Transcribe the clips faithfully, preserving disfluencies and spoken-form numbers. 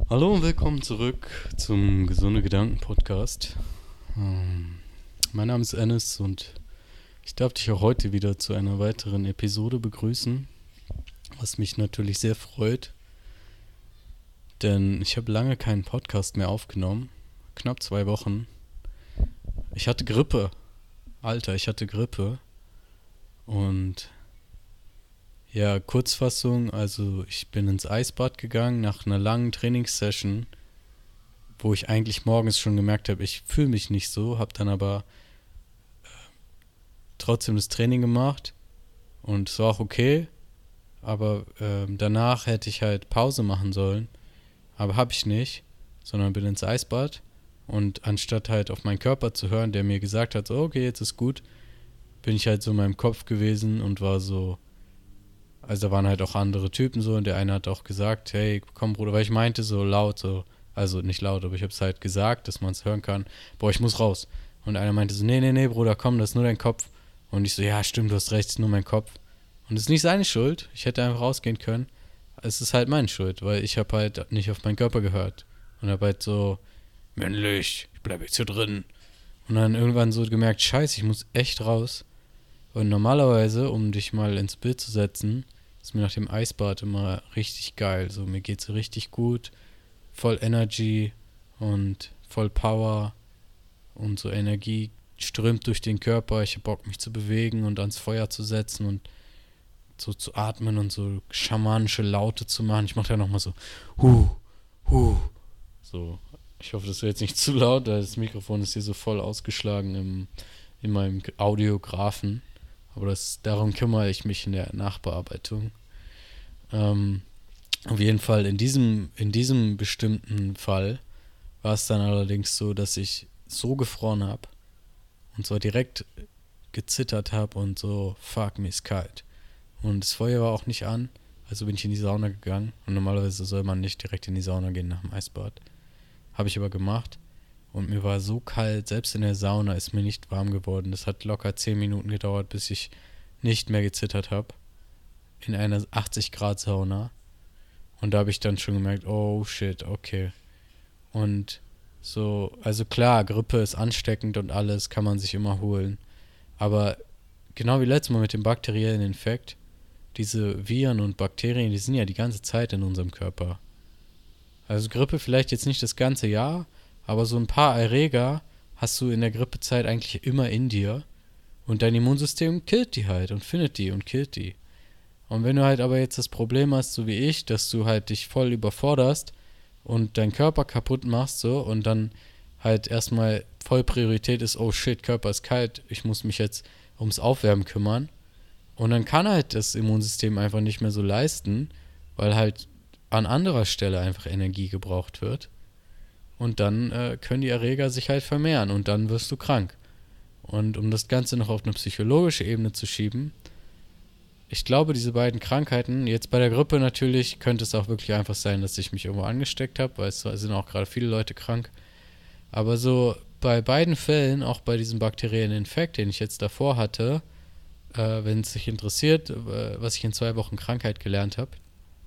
Hallo und willkommen zurück zum Gesunde Gedanken Podcast. Ähm, mein Name ist Enes und ich darf dich auch heute wieder zu einer weiteren Episode begrüßen, was mich natürlich sehr freut, denn ich habe lange keinen Podcast mehr aufgenommen, knapp zwei Wochen. Ich hatte Grippe, Alter, ich hatte Grippe und ja, Kurzfassung, also ich bin ins Eisbad gegangen nach einer langen Trainingssession, wo ich eigentlich morgens schon gemerkt habe, ich fühle mich nicht so, habe dann aber trotzdem das Training gemacht und es war auch okay, aber ähm, danach hätte ich halt Pause machen sollen, aber habe ich nicht, sondern bin ins Eisbad und anstatt halt auf meinen Körper zu hören, der mir gesagt hat, so, okay, jetzt ist gut, bin ich halt so in meinem Kopf gewesen und war so, also da waren halt auch andere Typen so und der eine hat auch gesagt, hey, komm Bruder, weil ich meinte so laut, so, also nicht laut, aber ich habe es halt gesagt, dass man es hören kann, boah, ich muss raus. Und einer meinte so, nee, nee, nee, Bruder, komm, das ist nur dein Kopf. Und ich so, ja, stimmt, du hast recht, es ist nur mein Kopf. Und es ist nicht seine Schuld, ich hätte einfach rausgehen können. Es ist halt meine Schuld, weil ich habe halt nicht auf meinen Körper gehört. Und habe halt so, männlich, ich bleibe jetzt hier drin. Und dann irgendwann so gemerkt, scheiße, ich muss echt raus. Und normalerweise, um dich mal ins Bild zu setzen, ist mir nach dem Eisbad immer richtig geil. So, mir geht's richtig gut, voll Energy und voll Power und so Energie strömt durch den Körper. Ich hab Bock, mich zu bewegen und ans Feuer zu setzen und so zu atmen und so schamanische Laute zu machen. Ich mach da nochmal so, hu, hu, so. Ich hoffe, das ist jetzt nicht zu laut, weil das Mikrofon ist hier so voll ausgeschlagen im, in meinem Audiografen. Aber das, darum kümmere ich mich in der Nachbearbeitung. Ähm, auf jeden Fall, in diesem, in diesem bestimmten Fall war es dann allerdings so, dass ich so gefroren habe und zwar direkt gezittert habe und so, fuck, mir ist kalt. Und das Feuer war auch nicht an, also bin ich in die Sauna gegangen. Und normalerweise soll man nicht direkt in die Sauna gehen nach dem Eisbad. Habe ich aber gemacht. Und mir war so kalt, selbst in der Sauna ist mir nicht warm geworden. Das hat locker zehn Minuten gedauert, bis ich nicht mehr gezittert habe. In einer achtzig Grad Sauna. Und da habe ich dann schon gemerkt, oh shit, okay. Und so, also klar, Grippe ist ansteckend und alles, kann man sich immer holen. Aber genau wie letztes Mal mit dem bakteriellen Infekt, diese Viren und Bakterien, die sind ja die ganze Zeit in unserem Körper. Also Grippe vielleicht jetzt nicht das ganze Jahr, aber so ein paar Erreger hast du in der Grippezeit eigentlich immer in dir und dein Immunsystem killt die halt und findet die und killt die. Und wenn du halt aber jetzt das Problem hast, so wie ich, dass du halt dich voll überforderst und deinen Körper kaputt machst so und dann halt erstmal voll Priorität ist, oh shit, Körper ist kalt, ich muss mich jetzt ums Aufwärmen kümmern. Und dann kann halt das Immunsystem einfach nicht mehr so leisten, weil halt an anderer Stelle einfach Energie gebraucht wird. Und dann äh, können die Erreger sich halt vermehren und dann wirst du krank. Und um das Ganze noch auf eine psychologische Ebene zu schieben, ich glaube, diese beiden Krankheiten, jetzt bei der Grippe natürlich, könnte es auch wirklich einfach sein, dass ich mich irgendwo angesteckt habe, weil es sind auch gerade viele Leute krank. Aber so bei beiden Fällen, auch bei diesem bakteriellen Infekt, den ich jetzt davor hatte, äh, wenn es dich interessiert, äh, was ich in zwei Wochen Krankheit gelernt habe,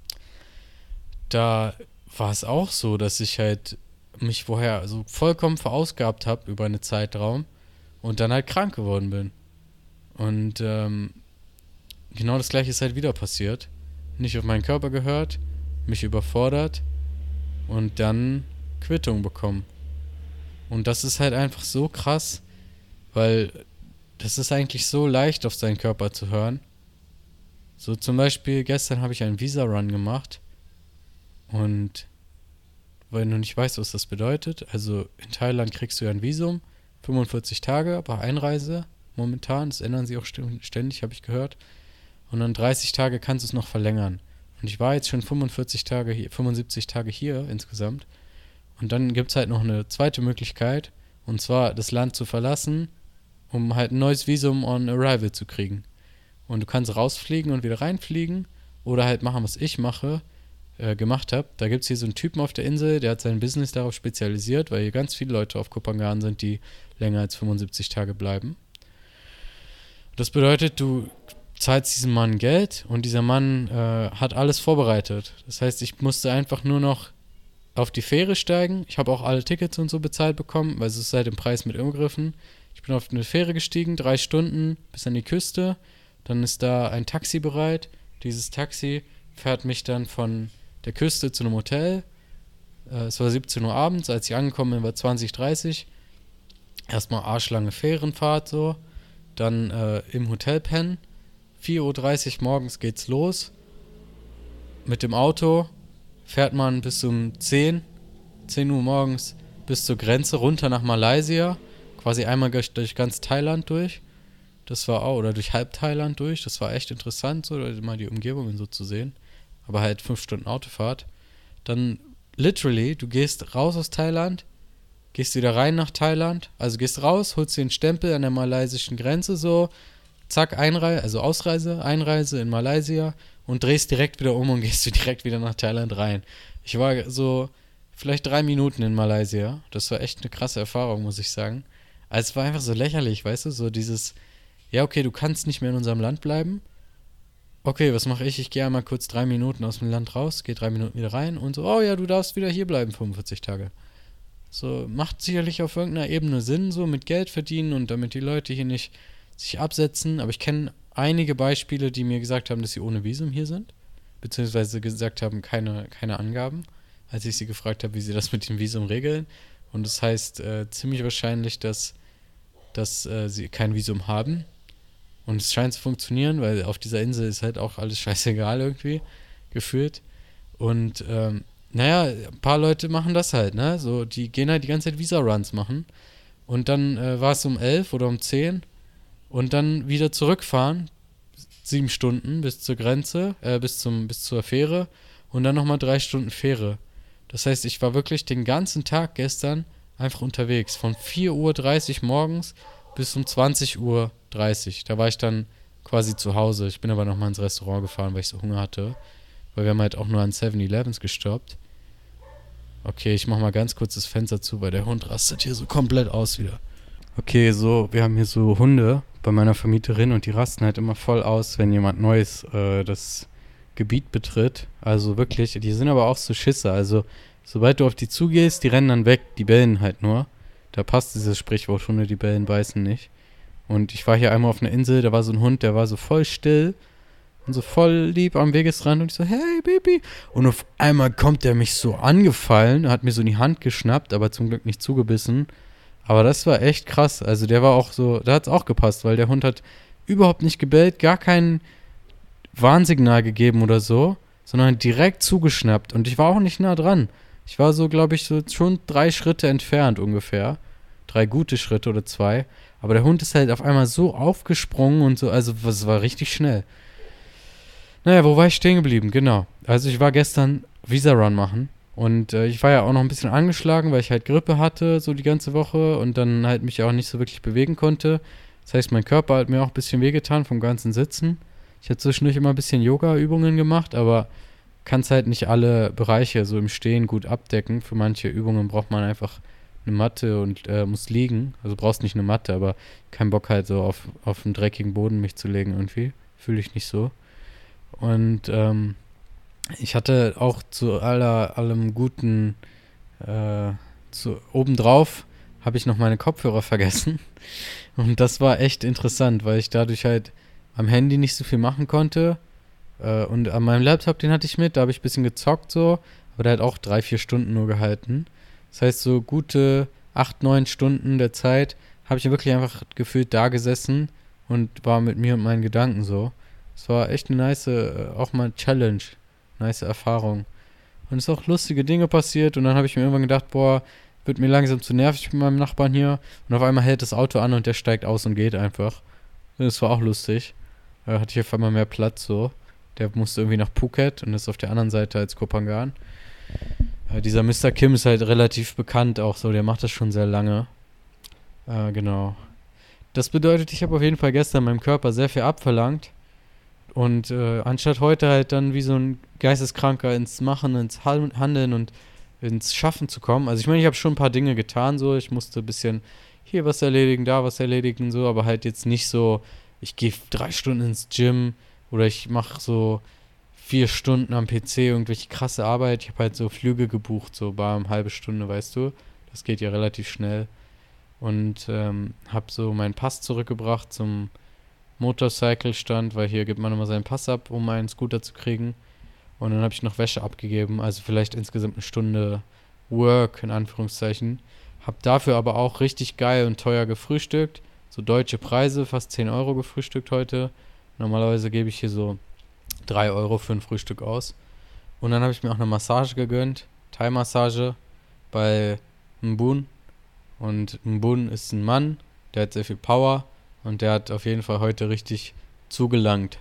da war es auch so, dass ich halt mich vorher so vollkommen verausgabt habe über einen Zeitraum und dann halt krank geworden bin. Und ähm, genau das gleiche ist halt wieder passiert. Nicht auf meinen Körper gehört, mich überfordert und dann Quittung bekommen. Und das ist halt einfach so krass, weil das ist eigentlich so leicht auf seinen Körper zu hören. So zum Beispiel gestern habe ich einen Visa-Run gemacht und wenn du nicht weißt, was das bedeutet, also in Thailand kriegst du ja ein Visum, fünfundvierzig Tage bei Einreise momentan, das ändern sie auch ständig, habe ich gehört. Und dann dreißig Tage kannst du es noch verlängern. Und ich war jetzt schon fünfundvierzig Tage hier, fünfundsiebzig Tage hier insgesamt. Und dann gibt es halt noch eine zweite Möglichkeit, und zwar das Land zu verlassen, um halt ein neues Visum on Arrival zu kriegen. Und du kannst rausfliegen und wieder reinfliegen oder halt machen, was ich mache, äh, gemacht habe. Da gibt es hier so einen Typen auf der Insel, der hat sein Business darauf spezialisiert, weil hier ganz viele Leute auf Koh Phangan sind, die länger als fünfundsiebzig Tage bleiben. Das bedeutet, du zahlst diesem Mann Geld und dieser Mann äh, hat alles vorbereitet. Das heißt, ich musste einfach nur noch auf die Fähre steigen. Ich habe auch alle Tickets und so bezahlt bekommen, weil es ist seit dem Preis mit inbegriffen. Ich bin auf eine Fähre gestiegen, drei Stunden bis an die Küste. Dann ist da ein Taxi bereit. Dieses Taxi fährt mich dann von der Küste zu einem Hotel. Äh, es war siebzehn Uhr abends, als ich angekommen bin, war zwanzig, dreißig. Erstmal arschlange Fährenfahrt so. Dann äh, im Hotel pennen. vier Uhr dreißig morgens geht's los. Mit dem Auto fährt man bis um zehn, zehn Uhr morgens bis zur Grenze runter nach Malaysia. Quasi einmal durch, durch ganz Thailand durch. Das war auch, oder durch halb Thailand durch. Das war echt interessant, so mal die Umgebungen so zu sehen. Aber halt fünf Stunden Autofahrt. Dann literally, du gehst raus aus Thailand, gehst wieder rein nach Thailand. Also gehst raus, holst dir den Stempel an der malaysischen Grenze so. Zack, Einreise, also Ausreise, Einreise in Malaysia und drehst direkt wieder um und gehst du direkt wieder nach Thailand rein. Ich war so vielleicht drei Minuten in Malaysia. Das war echt eine krasse Erfahrung, muss ich sagen. Also es war einfach so lächerlich, weißt du, so dieses, ja okay, du kannst nicht mehr in unserem Land bleiben. Okay, was mache ich? Ich gehe einmal kurz drei Minuten aus dem Land raus, gehe drei Minuten wieder rein und so, oh ja, du darfst wieder hier bleiben, fünfundvierzig Tage. So, macht sicherlich auf irgendeiner Ebene Sinn, so mit Geld verdienen und damit die Leute hier nicht sich absetzen, aber ich kenne einige Beispiele, die mir gesagt haben, dass sie ohne Visum hier sind, beziehungsweise gesagt haben, keine, keine Angaben, als ich sie gefragt habe, wie sie das mit dem Visum regeln. Und das heißt äh, ziemlich wahrscheinlich, dass, dass äh, sie kein Visum haben. Und es scheint zu funktionieren, weil auf dieser Insel ist halt auch alles scheißegal irgendwie gefühlt. Und ähm, naja, ein paar Leute machen das halt, ne? So, die gehen halt die ganze Zeit Visa-Runs machen. Und dann äh, war es um elf oder um zehn. Und dann wieder zurückfahren, sieben Stunden bis zur Grenze, äh, bis zum, bis zur Fähre und dann nochmal drei Stunden Fähre. Das heißt, ich war wirklich den ganzen Tag gestern einfach unterwegs, von vier Uhr dreißig morgens bis um zwanzig Uhr dreißig. Da war ich dann quasi zu Hause. Ich bin aber nochmal ins Restaurant gefahren, weil ich so Hunger hatte, weil wir haben halt auch nur an seven elevens gestoppt. Okay, ich mach mal ganz kurz das Fenster zu, weil der Hund rastet hier so komplett aus wieder. Okay, so, wir haben hier so Hunde bei meiner Vermieterin und die rasten halt immer voll aus, wenn jemand Neues äh, das Gebiet betritt. Also wirklich, die sind aber auch so Schisser. Also, sobald du auf die zugehst, die rennen dann weg, die bellen halt nur. Da passt dieses Sprichwort, Hunde, die bellen, beißen nicht. Und ich war hier einmal auf einer Insel, da war so ein Hund, der war so voll still und so voll lieb am Wegesrand und ich so, hey, Baby. Und auf einmal kommt der mich so angefallen, hat mir so in die Hand geschnappt, aber zum Glück nicht zugebissen. Aber das war echt krass. Also der war auch so, da hat es auch gepasst, weil der Hund hat überhaupt nicht gebellt, gar kein Warnsignal gegeben oder so, sondern direkt zugeschnappt. Und ich war auch nicht nah dran. Ich war so, glaube ich, so schon drei Schritte entfernt ungefähr. Drei gute Schritte oder zwei. Aber der Hund ist halt auf einmal so aufgesprungen und so, also es war richtig schnell. Naja, wo war ich stehen geblieben? Genau. Also ich war gestern Visa-Run machen. Und äh, ich war ja auch noch ein bisschen angeschlagen, weil ich halt Grippe hatte, so die ganze Woche und dann halt mich auch nicht so wirklich bewegen konnte. Das heißt, mein Körper hat mir auch ein bisschen wehgetan vom ganzen Sitzen. Ich habe zwischendurch immer ein bisschen Yoga-Übungen gemacht, aber kann es halt nicht alle Bereiche so im Stehen gut abdecken. Für manche Übungen braucht man einfach eine Matte und äh, muss liegen. Also brauchst nicht eine Matte, aber keinen Bock halt so auf, auf einen dreckigen Boden mich zu legen irgendwie. Fühle ich nicht so. Und ähm, ich hatte auch zu aller, allem guten, äh, zu, obendrauf habe ich noch meine Kopfhörer vergessen. Und das war echt interessant, weil ich dadurch halt am Handy nicht so viel machen konnte. Äh, und an meinem Laptop, den hatte ich mit, da habe ich ein bisschen gezockt so, aber der hat auch drei, vier Stunden nur gehalten. Das heißt, so gute acht, neun Stunden der Zeit habe ich wirklich einfach gefühlt da gesessen und war mit mir und meinen Gedanken so. Es war echt eine nice, äh, auch mal Challenge. Nice Erfahrung. Und es sind auch lustige Dinge passiert und dann habe ich mir irgendwann gedacht, boah, wird mir langsam zu nervig mit meinem Nachbarn hier. Und auf einmal hält das Auto an und der steigt aus und geht einfach. Und das war auch lustig. Da hatte ich auf einmal mehr Platz so. Der musste irgendwie nach Phuket und ist auf der anderen Seite als Koh Phangan. Äh, dieser Mister Kim ist halt relativ bekannt auch so, der macht das schon sehr lange. Äh, genau. Das bedeutet, ich habe auf jeden Fall gestern meinem Körper sehr viel abverlangt. Und äh, anstatt heute halt dann wie so ein Geisteskranker ins Machen, ins Handeln und ins Schaffen zu kommen. Also ich meine, ich habe schon ein paar Dinge getan, so. Ich musste ein bisschen hier was erledigen, da was erledigen, so. Aber halt jetzt nicht so, ich gehe drei Stunden ins Gym oder ich mache so vier Stunden am P C, irgendwelche krasse Arbeit. Ich habe halt so Flüge gebucht, so bar eine halbe Stunde, weißt du. Das geht ja relativ schnell. Und ähm, habe so meinen Pass zurückgebracht zum Motorcycle-Stand, weil hier gibt man immer seinen Pass ab, um einen Scooter zu kriegen. Und dann habe ich noch Wäsche abgegeben, also vielleicht insgesamt eine Stunde Work, in Anführungszeichen. Hab dafür aber auch richtig geil und teuer gefrühstückt. So deutsche Preise, fast zehn Euro gefrühstückt heute. Normalerweise gebe ich hier so drei Euro für ein Frühstück aus. Und dann habe ich mir auch eine Massage gegönnt, Thai-Massage bei Mbun. Und Mbun ist ein Mann, der hat sehr viel Power und der hat auf jeden Fall heute richtig zugelangt.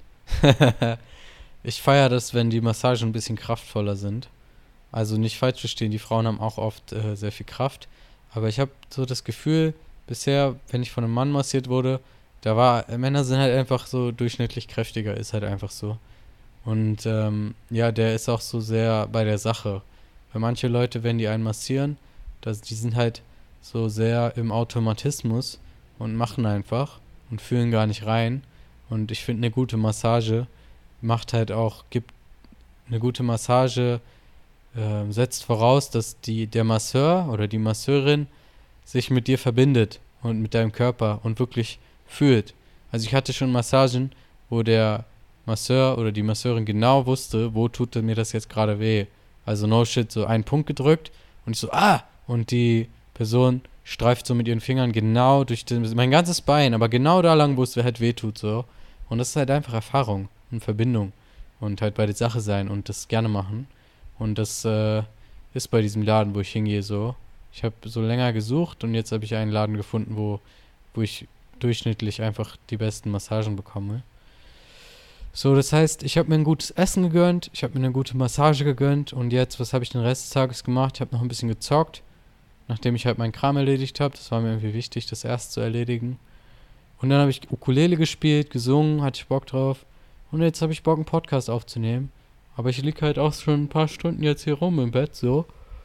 Ich feiere das, wenn die Massagen ein bisschen kraftvoller sind. Also nicht falsch verstehen, die Frauen haben auch oft äh, sehr viel Kraft. Aber ich habe so das Gefühl, bisher, wenn ich von einem Mann massiert wurde, da war, äh, Männer sind halt einfach so durchschnittlich kräftiger, ist halt einfach so. Und ähm, ja, der ist auch so sehr bei der Sache. Weil manche Leute, wenn die einen massieren, das, die sind halt so sehr im Automatismus und machen einfach und fühlen gar nicht rein. Und ich finde, eine gute Massage macht halt auch, gibt eine gute Massage, äh, setzt voraus, dass die, der Masseur oder die Masseurin sich mit dir verbindet und mit deinem Körper und wirklich fühlt. Also ich hatte schon Massagen, wo der Masseur oder die Masseurin genau wusste, wo tut mir das jetzt gerade weh. Also no shit, so einen Punkt gedrückt und ich so, ah! Und die Person streift so mit ihren Fingern genau durch den, mein ganzes Bein, aber genau da lang, wo es halt weh tut, so. Und das ist halt einfach Erfahrung und Verbindung und halt bei der Sache sein und das gerne machen. Und das äh, ist bei diesem Laden, wo ich hingehe, so. Ich habe so länger gesucht und jetzt habe ich einen Laden gefunden, wo, wo ich durchschnittlich einfach die besten Massagen bekomme. So, das heißt, ich habe mir ein gutes Essen gegönnt, ich habe mir eine gute Massage gegönnt und jetzt, was habe ich den Rest des Tages gemacht? Ich habe noch ein bisschen gezockt, nachdem ich halt meinen Kram erledigt habe. Das war mir irgendwie wichtig, das erst zu erledigen. Und dann habe ich Ukulele gespielt, gesungen, hatte ich Bock drauf. Und jetzt habe ich Bock, einen Podcast aufzunehmen. Aber ich liege halt auch schon ein paar Stunden jetzt hier rum im Bett, so.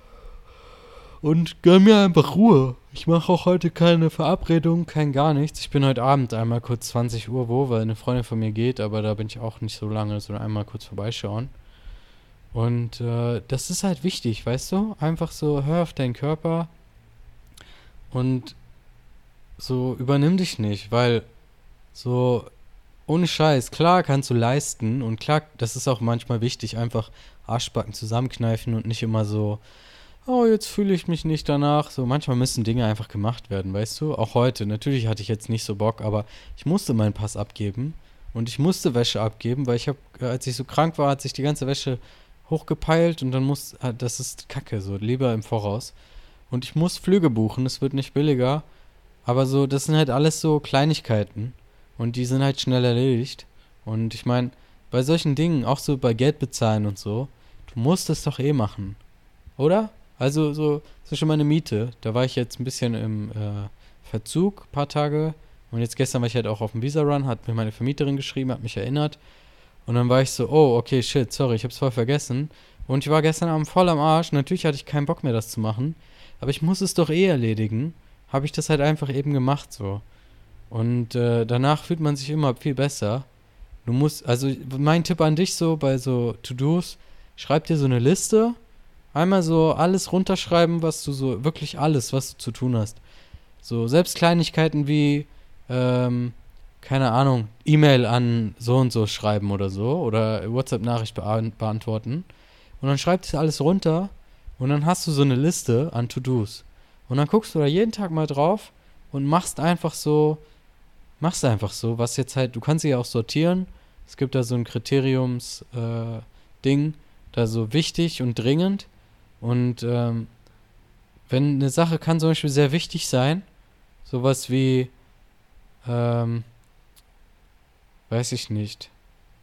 Und gönn mir einfach Ruhe. Ich mache auch heute keine Verabredung, kein gar nichts. Ich bin heute Abend einmal kurz zwanzig Uhr wo, weil eine Freundin von mir geht, aber da bin ich auch nicht so lange, sondern einmal kurz vorbeischauen. Und äh, das ist halt wichtig, weißt du? Einfach so, hör auf deinen Körper und so übernimm dich nicht, weil so ohne Scheiß, klar kannst du leisten und klar, das ist auch manchmal wichtig, einfach Arschbacken zusammenkneifen und nicht immer so, oh, jetzt fühle ich mich nicht danach. So, manchmal müssen Dinge einfach gemacht werden, weißt du? Auch heute. Natürlich hatte ich jetzt nicht so Bock, aber ich musste meinen Pass abgeben und ich musste Wäsche abgeben, weil ich habe, als ich so krank war, hat sich die ganze Wäsche hochgepeilt und dann muss, das ist Kacke, so, lieber im Voraus. Und ich muss Flüge buchen, es wird nicht billiger, aber so, das sind halt alles so Kleinigkeiten und die sind halt schnell erledigt. Und ich meine, bei solchen Dingen, auch so bei Geld bezahlen und so, du musst es doch eh machen, oder? Also so, das ist schon meine Miete. Da war ich jetzt ein bisschen im äh, Verzug, ein paar Tage. Und jetzt gestern war ich halt auch auf dem Visa-Run, hat mir meine Vermieterin geschrieben, hat mich erinnert. Und dann war ich so, oh, okay, shit, sorry, ich hab's voll vergessen. Und ich war gestern Abend voll am Arsch. Natürlich hatte ich keinen Bock mehr, das zu machen. Aber ich muss es doch eh erledigen. Habe ich das halt einfach eben gemacht, so. Und äh, danach fühlt man sich immer viel besser. Du musst, also mein Tipp an dich so, bei so To-Dos, schreib dir so eine Liste. Einmal so alles runterschreiben, was du so, wirklich alles, was du zu tun hast. So, selbst Kleinigkeiten wie, ähm, keine Ahnung, E-Mail an so und so schreiben oder so. Oder WhatsApp-Nachricht bea- beantworten. Und dann schreibst du alles runter und dann hast du so eine Liste an To-Dos. Und dann guckst du da jeden Tag mal drauf und machst einfach so, machst einfach so, was jetzt halt, du kannst sie ja auch sortieren. Es gibt da so ein Kriteriums-Ding, äh, da so wichtig und dringend. Und ähm, wenn eine Sache kann zum Beispiel sehr wichtig sein, sowas wie, ähm, weiß ich nicht,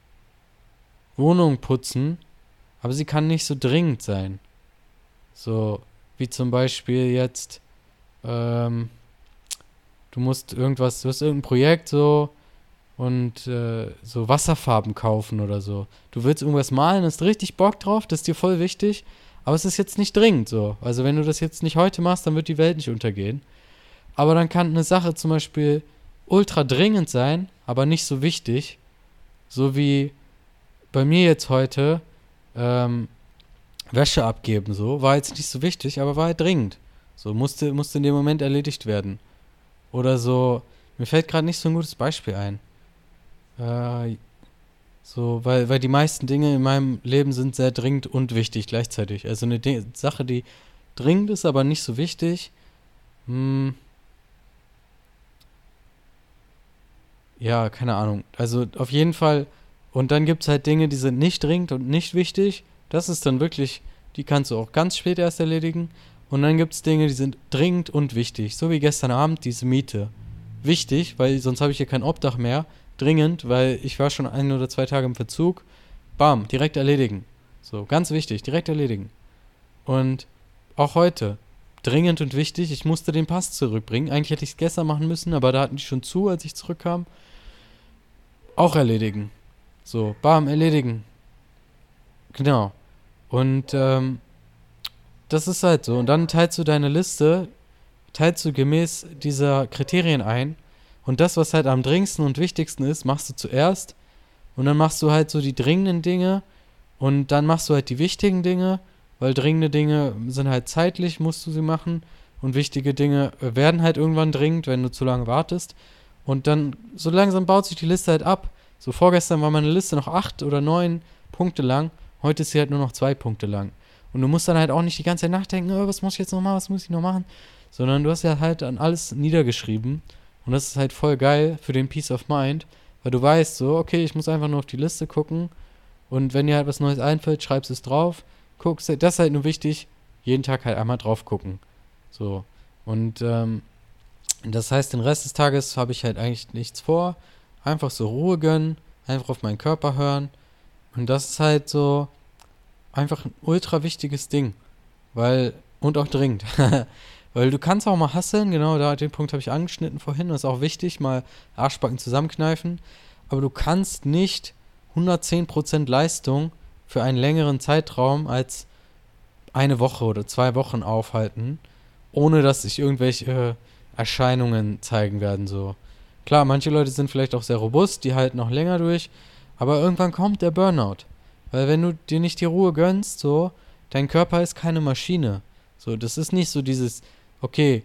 Wohnung putzen, aber sie kann nicht so dringend sein. So, wie zum Beispiel jetzt, ähm, du musst irgendwas, du hast irgendein Projekt so und äh, so Wasserfarben kaufen oder so. Du willst irgendwas malen, hast richtig Bock drauf, das ist dir voll wichtig. Aber es ist jetzt nicht dringend so. Also wenn du das jetzt nicht heute machst, dann wird die Welt nicht untergehen. Aber dann kann eine Sache zum Beispiel ultra dringend sein, aber nicht so wichtig. So wie, bei mir jetzt heute ähm, Wäsche abgeben, so, war jetzt nicht so wichtig, aber war halt dringend. So, musste, musste in dem Moment erledigt werden. Oder so, mir fällt gerade nicht so ein gutes Beispiel ein. Äh, so, weil, weil die meisten Dinge in meinem Leben sind sehr dringend und wichtig gleichzeitig. Also eine Di- Sache, die dringend ist, aber nicht so wichtig. Hm, ja, keine Ahnung. Also auf jeden Fall. Und dann gibt es halt Dinge, die sind nicht dringend und nicht wichtig. Das ist dann wirklich, die kannst du auch ganz spät erst erledigen. Und dann gibt es Dinge, die sind dringend und wichtig. So wie gestern Abend diese Miete. Wichtig, weil sonst habe ich hier kein Obdach mehr. Dringend, weil ich war schon ein oder zwei Tage im Verzug. Bam, direkt erledigen. So, ganz wichtig, direkt erledigen. Und auch heute, dringend und wichtig, ich musste den Pass zurückbringen. Eigentlich hätte ich es gestern machen müssen, aber da hatten die schon zu, als ich zurückkam. Auch erledigen. So, bam, erledigen. Genau. Und ähm, das ist halt so. Und dann teilst du deine Liste, teilst du gemäß dieser Kriterien ein. Und das, was halt am dringendsten und wichtigsten ist, machst du zuerst. Und dann machst du halt so die dringenden Dinge. Und dann machst du halt die wichtigen Dinge. Weil dringende Dinge sind halt zeitlich, musst du sie machen. Und wichtige Dinge werden halt irgendwann dringend, wenn du zu lange wartest. Und dann, so langsam baut sich die Liste halt ab. So vorgestern war meine Liste noch acht oder neun Punkte lang. Heute ist sie halt nur noch zwei Punkte lang. Und du musst dann halt auch nicht die ganze Zeit nachdenken, oh, was muss ich jetzt noch machen, was muss ich noch machen? Sondern du hast ja halt dann alles niedergeschrieben. Und das ist halt voll geil für den Peace of Mind. Weil du weißt so, okay, ich muss einfach nur auf die Liste gucken. Und wenn dir halt was Neues einfällt, schreibst es drauf. Guckst, das ist halt nur wichtig, jeden Tag halt einmal drauf gucken. So. Und ähm, das heißt, den Rest des Tages habe ich halt eigentlich nichts vor. Einfach so Ruhe gönnen, einfach auf meinen Körper hören. Und das ist halt so einfach ein ultra wichtiges Ding. Weil, und auch dringend. Weil du kannst auch mal hasseln, genau, da den Punkt habe ich angeschnitten vorhin. Das ist auch wichtig, mal Arschbacken zusammenkneifen. Aber du kannst nicht hundertzehn Prozent Leistung für einen längeren Zeitraum als eine Woche oder zwei Wochen aufhalten, ohne dass sich irgendwelche äh, Erscheinungen zeigen werden. So. Klar, manche Leute sind vielleicht auch sehr robust, die halten noch länger durch, aber irgendwann kommt der Burnout. Weil wenn du dir nicht die Ruhe gönnst, so, dein Körper ist keine Maschine. So, das ist nicht so dieses, okay,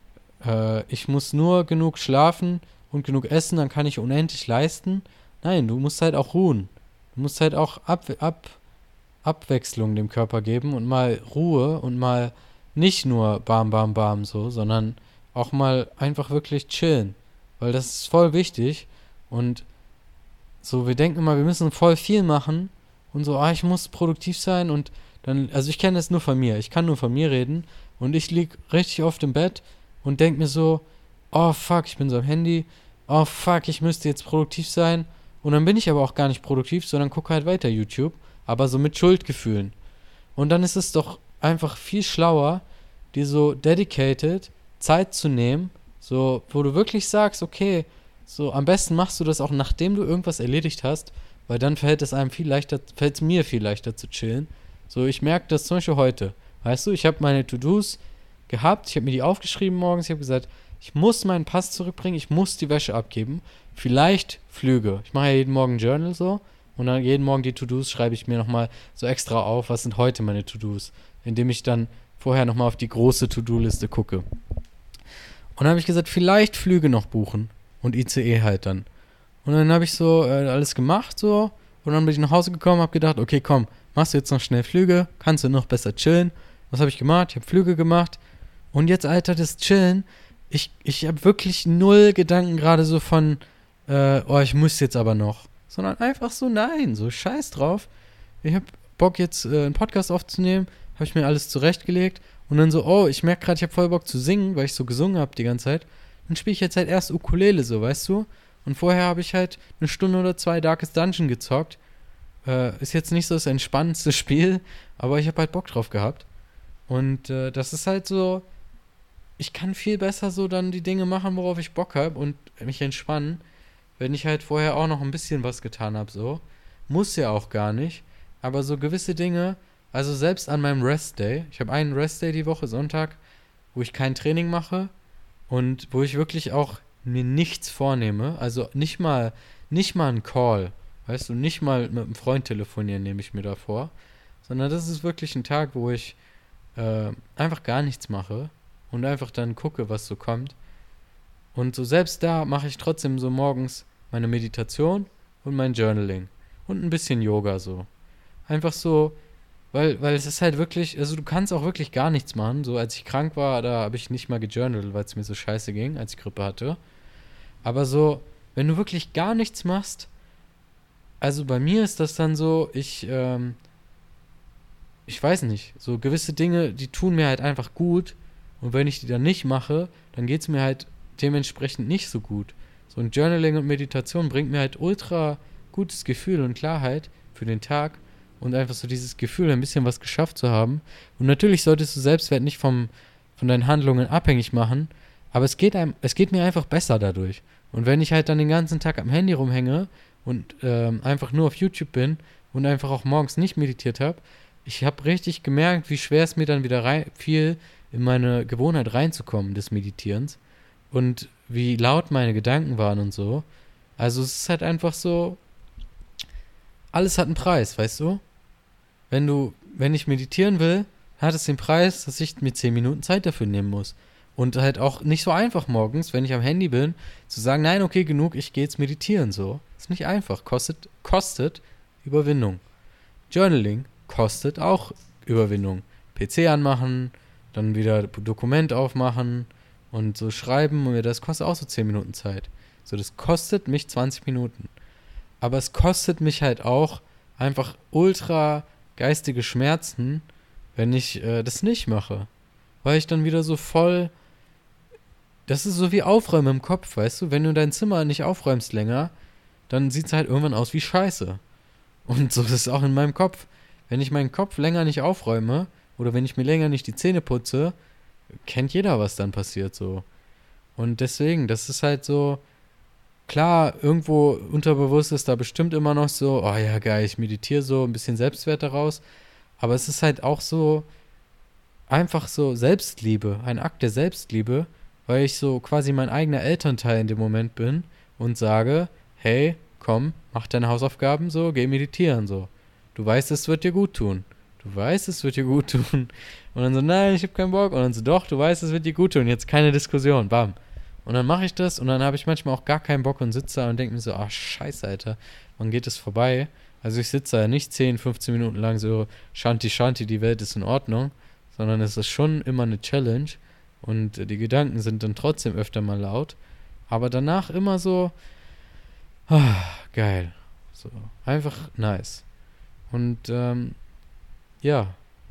äh, ich muss nur genug schlafen und genug essen, dann kann ich unendlich leisten. Nein, du musst halt auch ruhen. Du musst halt auch ab, ab, Abwechslung dem Körper geben und mal Ruhe und mal nicht nur bam, bam, bam so, sondern auch mal einfach wirklich chillen. Weil das ist voll wichtig. Und so, wir denken immer, wir müssen voll viel machen und so, ah, ich muss produktiv sein und dann, also ich kenne das nur von mir, ich kann nur von mir reden und ich lieg richtig oft im Bett und denk mir so, oh fuck, ich bin so am Handy, oh fuck, ich müsste jetzt produktiv sein und dann bin ich aber auch gar nicht produktiv, sondern gucke halt weiter YouTube, aber so mit Schuldgefühlen. Und dann ist es doch einfach viel schlauer, dir so dedicated Zeit zu nehmen, so, wo du wirklich sagst, okay, so am besten machst du das auch, nachdem du irgendwas erledigt hast, weil dann fällt es einem viel leichter, fällt es mir viel leichter zu chillen. So, ich merke das zum Beispiel heute. Weißt du, ich habe meine To-Dos gehabt, ich habe mir die aufgeschrieben morgens, ich habe gesagt, ich muss meinen Pass zurückbringen, ich muss die Wäsche abgeben. Vielleicht Flüge. Ich mache ja jeden Morgen ein Journal so und dann jeden Morgen die To-Dos schreibe ich mir nochmal so extra auf, was sind heute meine To-Dos, indem ich dann vorher nochmal auf die große To-Do-Liste gucke. Und dann habe ich gesagt, vielleicht Flüge noch buchen und I C E halt dann. Und dann habe ich so äh, alles gemacht so und dann bin ich nach Hause gekommen, habe gedacht, okay, komm, machst du jetzt noch schnell Flüge, kannst du noch besser chillen. Was habe ich gemacht? Ich habe Flüge gemacht und jetzt, Alter, das Chillen, ich, ich habe wirklich null Gedanken gerade so von, äh, oh, ich muss jetzt aber noch, sondern einfach so, nein, so scheiß drauf. Ich habe Bock jetzt äh, einen Podcast aufzunehmen, habe ich mir alles zurechtgelegt und dann so, oh, ich merke gerade, ich habe voll Bock zu singen, weil ich so gesungen habe die ganze Zeit. Dann spiele ich jetzt halt erst Ukulele so, weißt du? Und vorher habe ich halt eine Stunde oder zwei Darkest Dungeon gezockt. Äh, ist jetzt nicht so das entspannendste Spiel, aber ich habe halt Bock drauf gehabt. Und äh, das ist halt so, ich kann viel besser so dann die Dinge machen, worauf ich Bock habe und mich entspannen, wenn ich halt vorher auch noch ein bisschen was getan habe, so. Muss ja auch gar nicht, aber so gewisse Dinge, also selbst an meinem Rest-Day, ich habe einen Rest-Day die Woche, Sonntag, wo ich kein Training mache und wo ich wirklich auch mir nichts vornehme, also nicht mal, nicht mal ein Call Weißt du, nicht mal mit einem Freund telefonieren nehme ich mir da vor, sondern das ist wirklich ein Tag, wo ich äh, einfach gar nichts mache und einfach dann gucke, was so kommt. Und so selbst da mache ich trotzdem so morgens meine Meditation und mein Journaling und ein bisschen Yoga so. Einfach so, weil, weil es ist halt wirklich, also du kannst auch wirklich gar nichts machen. So als ich krank war, da habe ich nicht mal gejournalt, weil es mir so scheiße ging, als ich Grippe hatte. Aber so, wenn du wirklich gar nichts machst, also bei mir ist das dann so, ich, ähm, ich weiß nicht, so gewisse Dinge, die tun mir halt einfach gut. Und wenn ich die dann nicht mache, dann geht es mir halt dementsprechend nicht so gut. So ein Journaling und Meditation bringt mir halt ultra gutes Gefühl und Klarheit für den Tag und einfach so dieses Gefühl, ein bisschen was geschafft zu haben. Und natürlich solltest du Selbstwert nicht vom, von deinen Handlungen abhängig machen, aber es geht einem, es geht mir einfach besser dadurch. Und wenn ich halt dann den ganzen Tag am Handy rumhänge und ähm, einfach nur auf YouTube bin und einfach auch morgens nicht meditiert habe, ich habe richtig gemerkt, wie schwer es mir dann wieder rein, fiel, in meine Gewohnheit reinzukommen des Meditierens und wie laut meine Gedanken waren und so. Also es ist halt einfach so, alles hat einen Preis, weißt du? Wenn du, wenn ich meditieren will, hat es den Preis, dass ich mir zehn Minuten Zeit dafür nehmen muss. Und halt auch nicht so einfach morgens, wenn ich am Handy bin, zu sagen, nein, okay, genug, ich gehe jetzt meditieren, so. Ist nicht einfach, kostet, kostet Überwindung. Journaling kostet auch Überwindung. P C anmachen, dann wieder Dokument aufmachen und so schreiben und das kostet auch so zehn Minuten Zeit. So, das kostet mich zwanzig Minuten. Aber es kostet mich halt auch einfach ultra geistige Schmerzen, wenn ich äh, das nicht mache. Weil ich dann wieder so voll, das ist so wie Aufräumen im Kopf, weißt du? Wenn du dein Zimmer nicht aufräumst länger, dann sieht es halt irgendwann aus wie Scheiße. Und so ist es auch in meinem Kopf. Wenn ich meinen Kopf länger nicht aufräume oder wenn ich mir länger nicht die Zähne putze, kennt jeder, was dann passiert so. Und deswegen, das ist halt so, klar, irgendwo unterbewusst ist da bestimmt immer noch so, oh ja, geil, ich meditiere so, ein bisschen Selbstwert daraus. Aber es ist halt auch so, einfach so Selbstliebe, ein Akt der Selbstliebe, weil ich so quasi mein eigener Elternteil in dem Moment bin und sage, hey, komm, mach deine Hausaufgaben so, geh meditieren so. Du weißt, es wird dir gut tun. Du weißt, es wird dir gut tun. Und dann so, nein, ich hab keinen Bock. Und dann so, doch, du weißt, es wird dir gut tun. Jetzt keine Diskussion, bam. Und dann mache ich das und dann habe ich manchmal auch gar keinen Bock und sitze da und denke mir so, ach, scheiße, Alter, wann geht es vorbei? Also ich sitze da ja nicht zehn, fünfzehn Minuten lang so, Shanti, Shanti, die Welt ist in Ordnung, sondern es ist schon immer eine Challenge und die Gedanken sind dann trotzdem öfter mal laut, aber danach immer so, ah, geil, so, einfach nice. Und ähm, ja,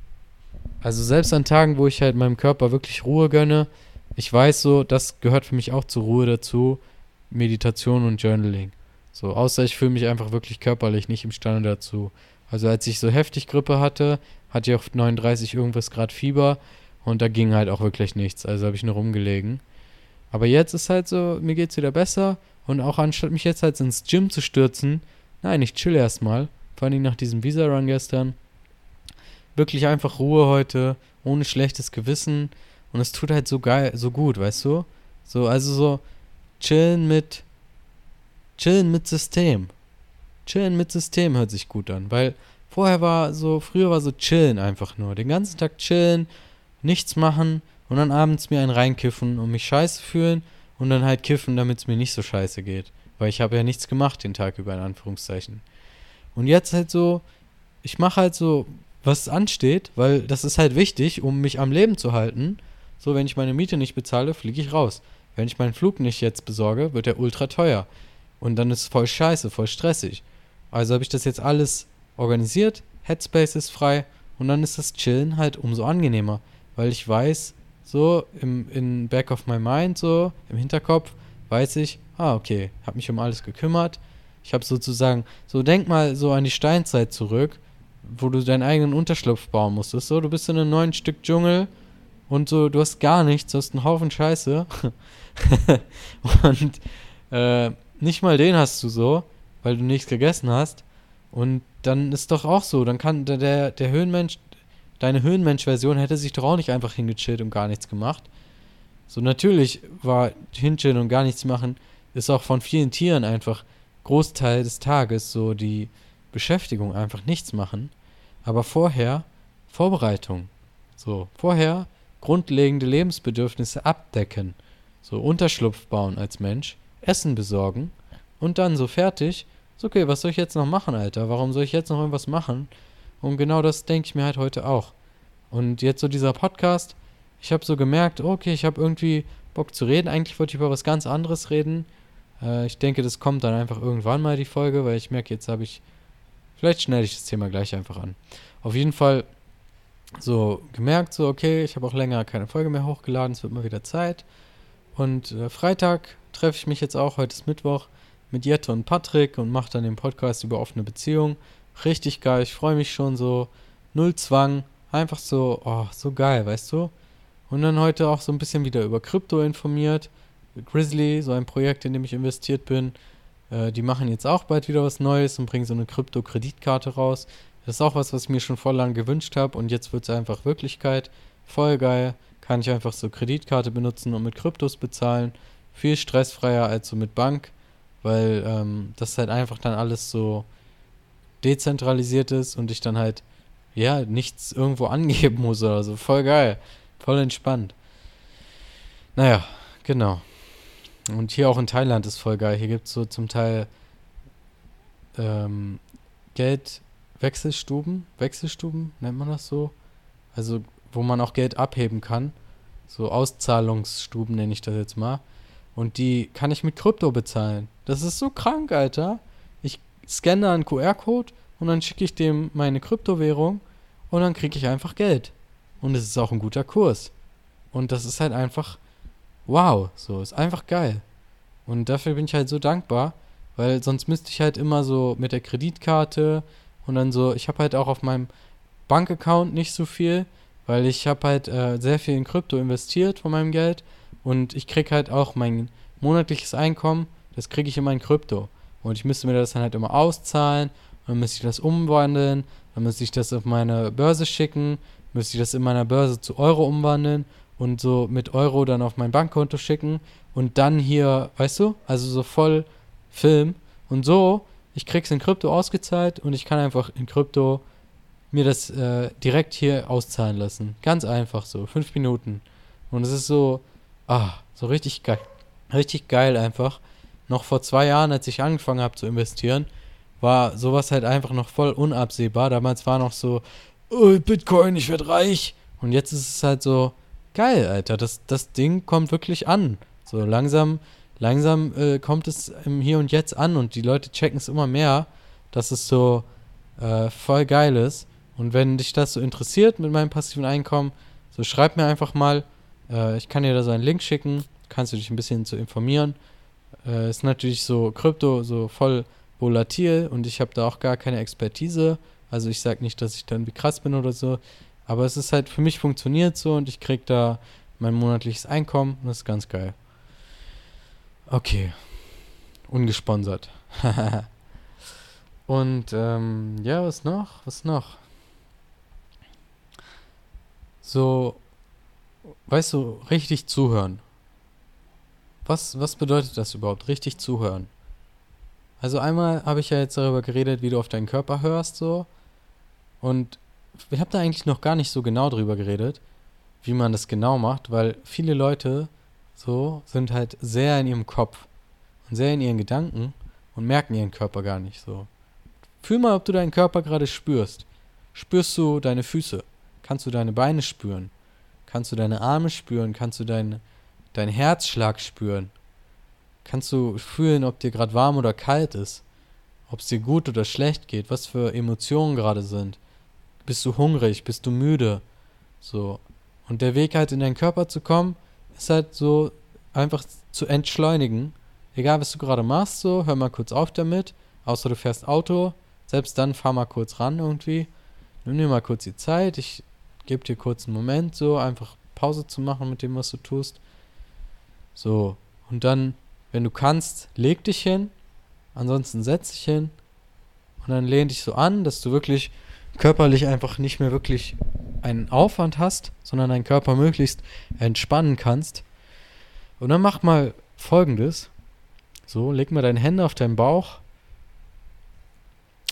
also selbst an Tagen, wo ich halt meinem Körper wirklich Ruhe gönne, ich weiß so, das gehört für mich auch zur Ruhe dazu, Meditation und Journaling. So, außer ich fühle mich einfach wirklich körperlich nicht imstande dazu. Also als ich so heftig Grippe hatte, hatte ich auch neununddreißig irgendwas Grad Fieber und da ging halt auch wirklich nichts. Also habe ich nur rumgelegen. Aber jetzt ist halt so, mir geht's wieder besser und auch anstatt mich jetzt halt ins Gym zu stürzen, nein, ich chill erstmal. Vor allem nach diesem Visa-Run gestern. Wirklich einfach Ruhe heute, ohne schlechtes Gewissen. Und es tut halt so geil, so gut, weißt du? So, also so chillen mit, chillen mit System. Chillen mit System hört sich gut an, weil vorher war so, früher war so chillen einfach nur. Den ganzen Tag chillen, nichts machen und dann abends mir einen reinkiffen und mich scheiße fühlen und dann halt kiffen, damit es mir nicht so scheiße geht. Weil ich habe ja nichts gemacht den Tag über, in Anführungszeichen. Und jetzt halt so, ich mache halt so, was ansteht, weil das ist halt wichtig, um mich am Leben zu halten. So, wenn ich meine Miete nicht bezahle, fliege ich raus. Wenn ich meinen Flug nicht jetzt besorge, wird der ultra teuer. Und dann ist es voll scheiße, voll stressig. Also habe ich das jetzt alles organisiert, Headspace ist frei und dann ist das Chillen halt umso angenehmer. Weil ich weiß, so im in back of my mind, so im Hinterkopf, weiß ich, ah, okay, habe mich um alles gekümmert. Ich habe sozusagen, so denk mal so an die Steinzeit zurück, wo du deinen eigenen Unterschlupf bauen musstest. So, du bist in einem neuen Stück Dschungel und so, du hast gar nichts, du hast einen Haufen Scheiße. und äh, nicht mal den hast du so, weil du nichts gegessen hast. Und dann ist doch auch so, dann kann der, der, der Höhenmensch, deine Höhenmensch-Version hätte sich doch auch nicht einfach hingechillt und gar nichts gemacht. So, natürlich war hinchillen und gar nichts machen, ist auch von vielen Tieren einfach Großteil des Tages so die Beschäftigung, einfach nichts machen. Aber vorher Vorbereitung. So, vorher grundlegende Lebensbedürfnisse abdecken. So, Unterschlupf bauen als Mensch, Essen besorgen und dann so fertig. So, okay, was soll ich jetzt noch machen, Alter? Warum soll ich jetzt noch irgendwas machen? Und genau das denke ich mir halt heute auch. Und jetzt so dieser Podcast, ich habe so gemerkt, okay, ich habe irgendwie Bock zu reden. Eigentlich wollte ich über was ganz anderes reden. Äh, ich denke, das kommt dann einfach irgendwann mal, die Folge, weil ich merke, jetzt habe ich, vielleicht schneide ich das Thema gleich einfach an. Auf jeden Fall so gemerkt, so okay, ich habe auch länger keine Folge mehr hochgeladen, es wird mal wieder Zeit. Und äh, Freitag treffe ich mich jetzt auch, heute ist Mittwoch, mit Jette und Patrick und mache dann den Podcast über offene Beziehung. Richtig geil, ich freue mich schon so. Null Zwang, einfach so, oh, so geil, weißt du? Und dann heute auch so ein bisschen wieder über Krypto informiert. Grizzly, so ein Projekt, in dem ich investiert bin. Äh, die machen jetzt auch bald wieder was Neues und bringen so eine Krypto-Kreditkarte raus. Das ist auch was, was ich mir schon voll lang gewünscht habe und jetzt wird es einfach Wirklichkeit. Voll geil. Kann ich einfach so Kreditkarte benutzen und mit Kryptos bezahlen. Viel stressfreier als so mit Bank, weil ähm, das halt einfach dann alles so dezentralisiert ist und ich dann halt, ja, nichts irgendwo angeben muss oder so. Voll geil. Voll entspannt. Naja, genau. Und hier auch in Thailand ist voll geil. Hier gibt es so zum Teil ähm, Geldwechselstuben. Wechselstuben, nennt man das so? Also, wo man auch Geld abheben kann. So Auszahlungsstuben nenne ich das jetzt mal. Und die kann ich mit Krypto bezahlen. Das ist so krank, Alter. Ich scanne einen Q R-Code und dann schicke ich dem meine Kryptowährung und dann kriege ich einfach Geld. Und es ist auch ein guter Kurs. Und das ist halt einfach wow, so, ist einfach geil. Und dafür bin ich halt so dankbar, weil sonst müsste ich halt immer so mit der Kreditkarte und dann so, ich habe halt auch auf meinem Bankaccount nicht so viel, weil ich habe halt äh, sehr viel in Krypto investiert von meinem Geld und ich kriege halt auch mein monatliches Einkommen, das kriege ich immer in Krypto. Und ich müsste mir das dann halt immer auszahlen, dann müsste ich das umwandeln, dann müsste ich das auf meine Börse schicken, müsste ich das in meiner Börse zu Euro umwandeln und so mit Euro dann auf mein Bankkonto schicken und dann hier, weißt du, also so voll Film. Und so, ich krieg's in Krypto ausgezahlt und ich kann einfach in Krypto mir das äh, direkt hier auszahlen lassen. Ganz einfach so, fünf Minuten. Und es ist so, ah, so richtig geil. Richtig geil einfach. Noch vor zwei Jahren, als ich angefangen habe zu investieren, war sowas halt einfach noch voll unabsehbar. Damals war noch so, oh, Bitcoin, ich werd reich. Und jetzt ist es halt so, geil, Alter, das, das Ding kommt wirklich an. So langsam, langsam äh, kommt es im Hier und Jetzt an und die Leute checken es immer mehr, dass es so äh, voll geil ist. Und wenn dich das so interessiert mit meinem passiven Einkommen, so schreib mir einfach mal. Äh, ich kann dir da so einen Link schicken, kannst du dich ein bisschen zu informieren. Äh, ist natürlich so Krypto so voll volatil und ich habe da auch gar keine Expertise. Also ich sag nicht, dass ich dann wie krass bin oder so. Aber es ist halt, für mich funktioniert so und ich krieg da mein monatliches Einkommen und das ist ganz geil. Okay. Ungesponsert. Und, ähm, ja, was noch? Was noch? So, weißt du, richtig zuhören. Was, was bedeutet das überhaupt, richtig zuhören? Also einmal habe ich ja jetzt darüber geredet, wie du auf deinen Körper hörst, so. Und ich habe da eigentlich noch gar nicht so genau drüber geredet, wie man das genau macht, weil viele Leute so sind halt sehr in ihrem Kopf und sehr in ihren Gedanken und merken ihren Körper gar nicht so. Fühl mal, ob du deinen Körper gerade spürst. Spürst du deine Füße? Kannst du deine Beine spüren? Kannst du deine Arme spüren? Kannst du dein, deinen Herzschlag spüren? Kannst du fühlen, ob dir gerade warm oder kalt ist? Ob es dir gut oder schlecht geht? Was für Emotionen gerade sind? Bist du hungrig? Bist du müde? So. Und der Weg halt in deinen Körper zu kommen, ist halt so einfach zu entschleunigen. Egal, was du gerade machst, so, hör mal kurz auf damit. Außer du fährst Auto. Selbst dann fahr mal kurz ran irgendwie. Nimm dir mal kurz die Zeit. Ich gebe dir kurz einen Moment, so, einfach Pause zu machen mit dem, was du tust. So. Und dann, wenn du kannst, leg dich hin. Ansonsten setz dich hin. Und dann lehn dich so an, dass du wirklich körperlich einfach nicht mehr wirklich einen Aufwand hast, sondern deinen Körper möglichst entspannen kannst. Und dann mach mal Folgendes. So, leg mal deine Hände auf deinen Bauch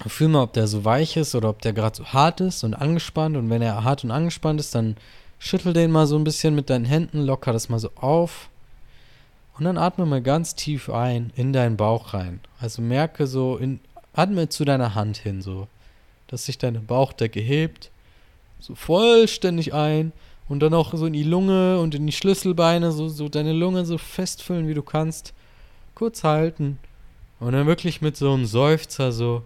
Fühl mal, ob der so weich ist oder ob der gerade so hart ist und angespannt. Und wenn er hart und angespannt ist, dann schüttel den mal so ein bisschen mit deinen Händen, locker das mal so auf. Und dann atme mal ganz tief ein in deinen Bauch rein. Also merke so, in, atme zu deiner Hand hin so, dass sich deine Bauchdecke hebt. So vollständig ein. Und dann auch so in die Lunge und in die Schlüsselbeine, so, so deine Lunge so festfüllen, wie du kannst. Kurz halten. Und dann wirklich mit so einem Seufzer so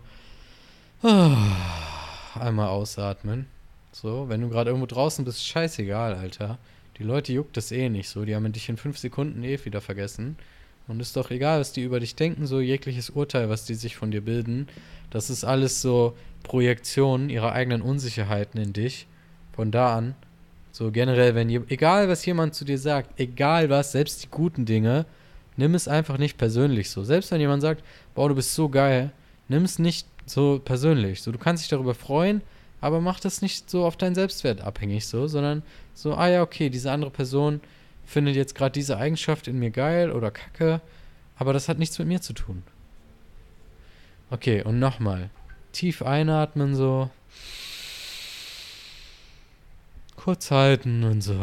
einmal ausatmen. So, wenn du gerade irgendwo draußen bist, scheißegal, Alter. Die Leute juckt das eh nicht so. Die haben dich in fünf Sekunden eh wieder vergessen. Und ist doch egal, was die über dich denken, so jegliches Urteil, was die sich von dir bilden. Das ist alles so Projektionen ihrer eigenen Unsicherheiten in dich. Von da an, so generell, wenn je, egal was jemand zu dir sagt, egal was, selbst die guten Dinge, nimm es einfach nicht persönlich so. Selbst wenn jemand sagt, boah, du bist so geil, nimm es nicht so persönlich. So, du kannst dich darüber freuen, aber mach das nicht so auf deinen Selbstwert abhängig so, sondern so, ah ja, okay, diese andere Person findet jetzt gerade diese Eigenschaft in mir geil oder kacke, aber das hat nichts mit mir zu tun. Okay, und nochmal. Tief einatmen so. Kurz halten und so.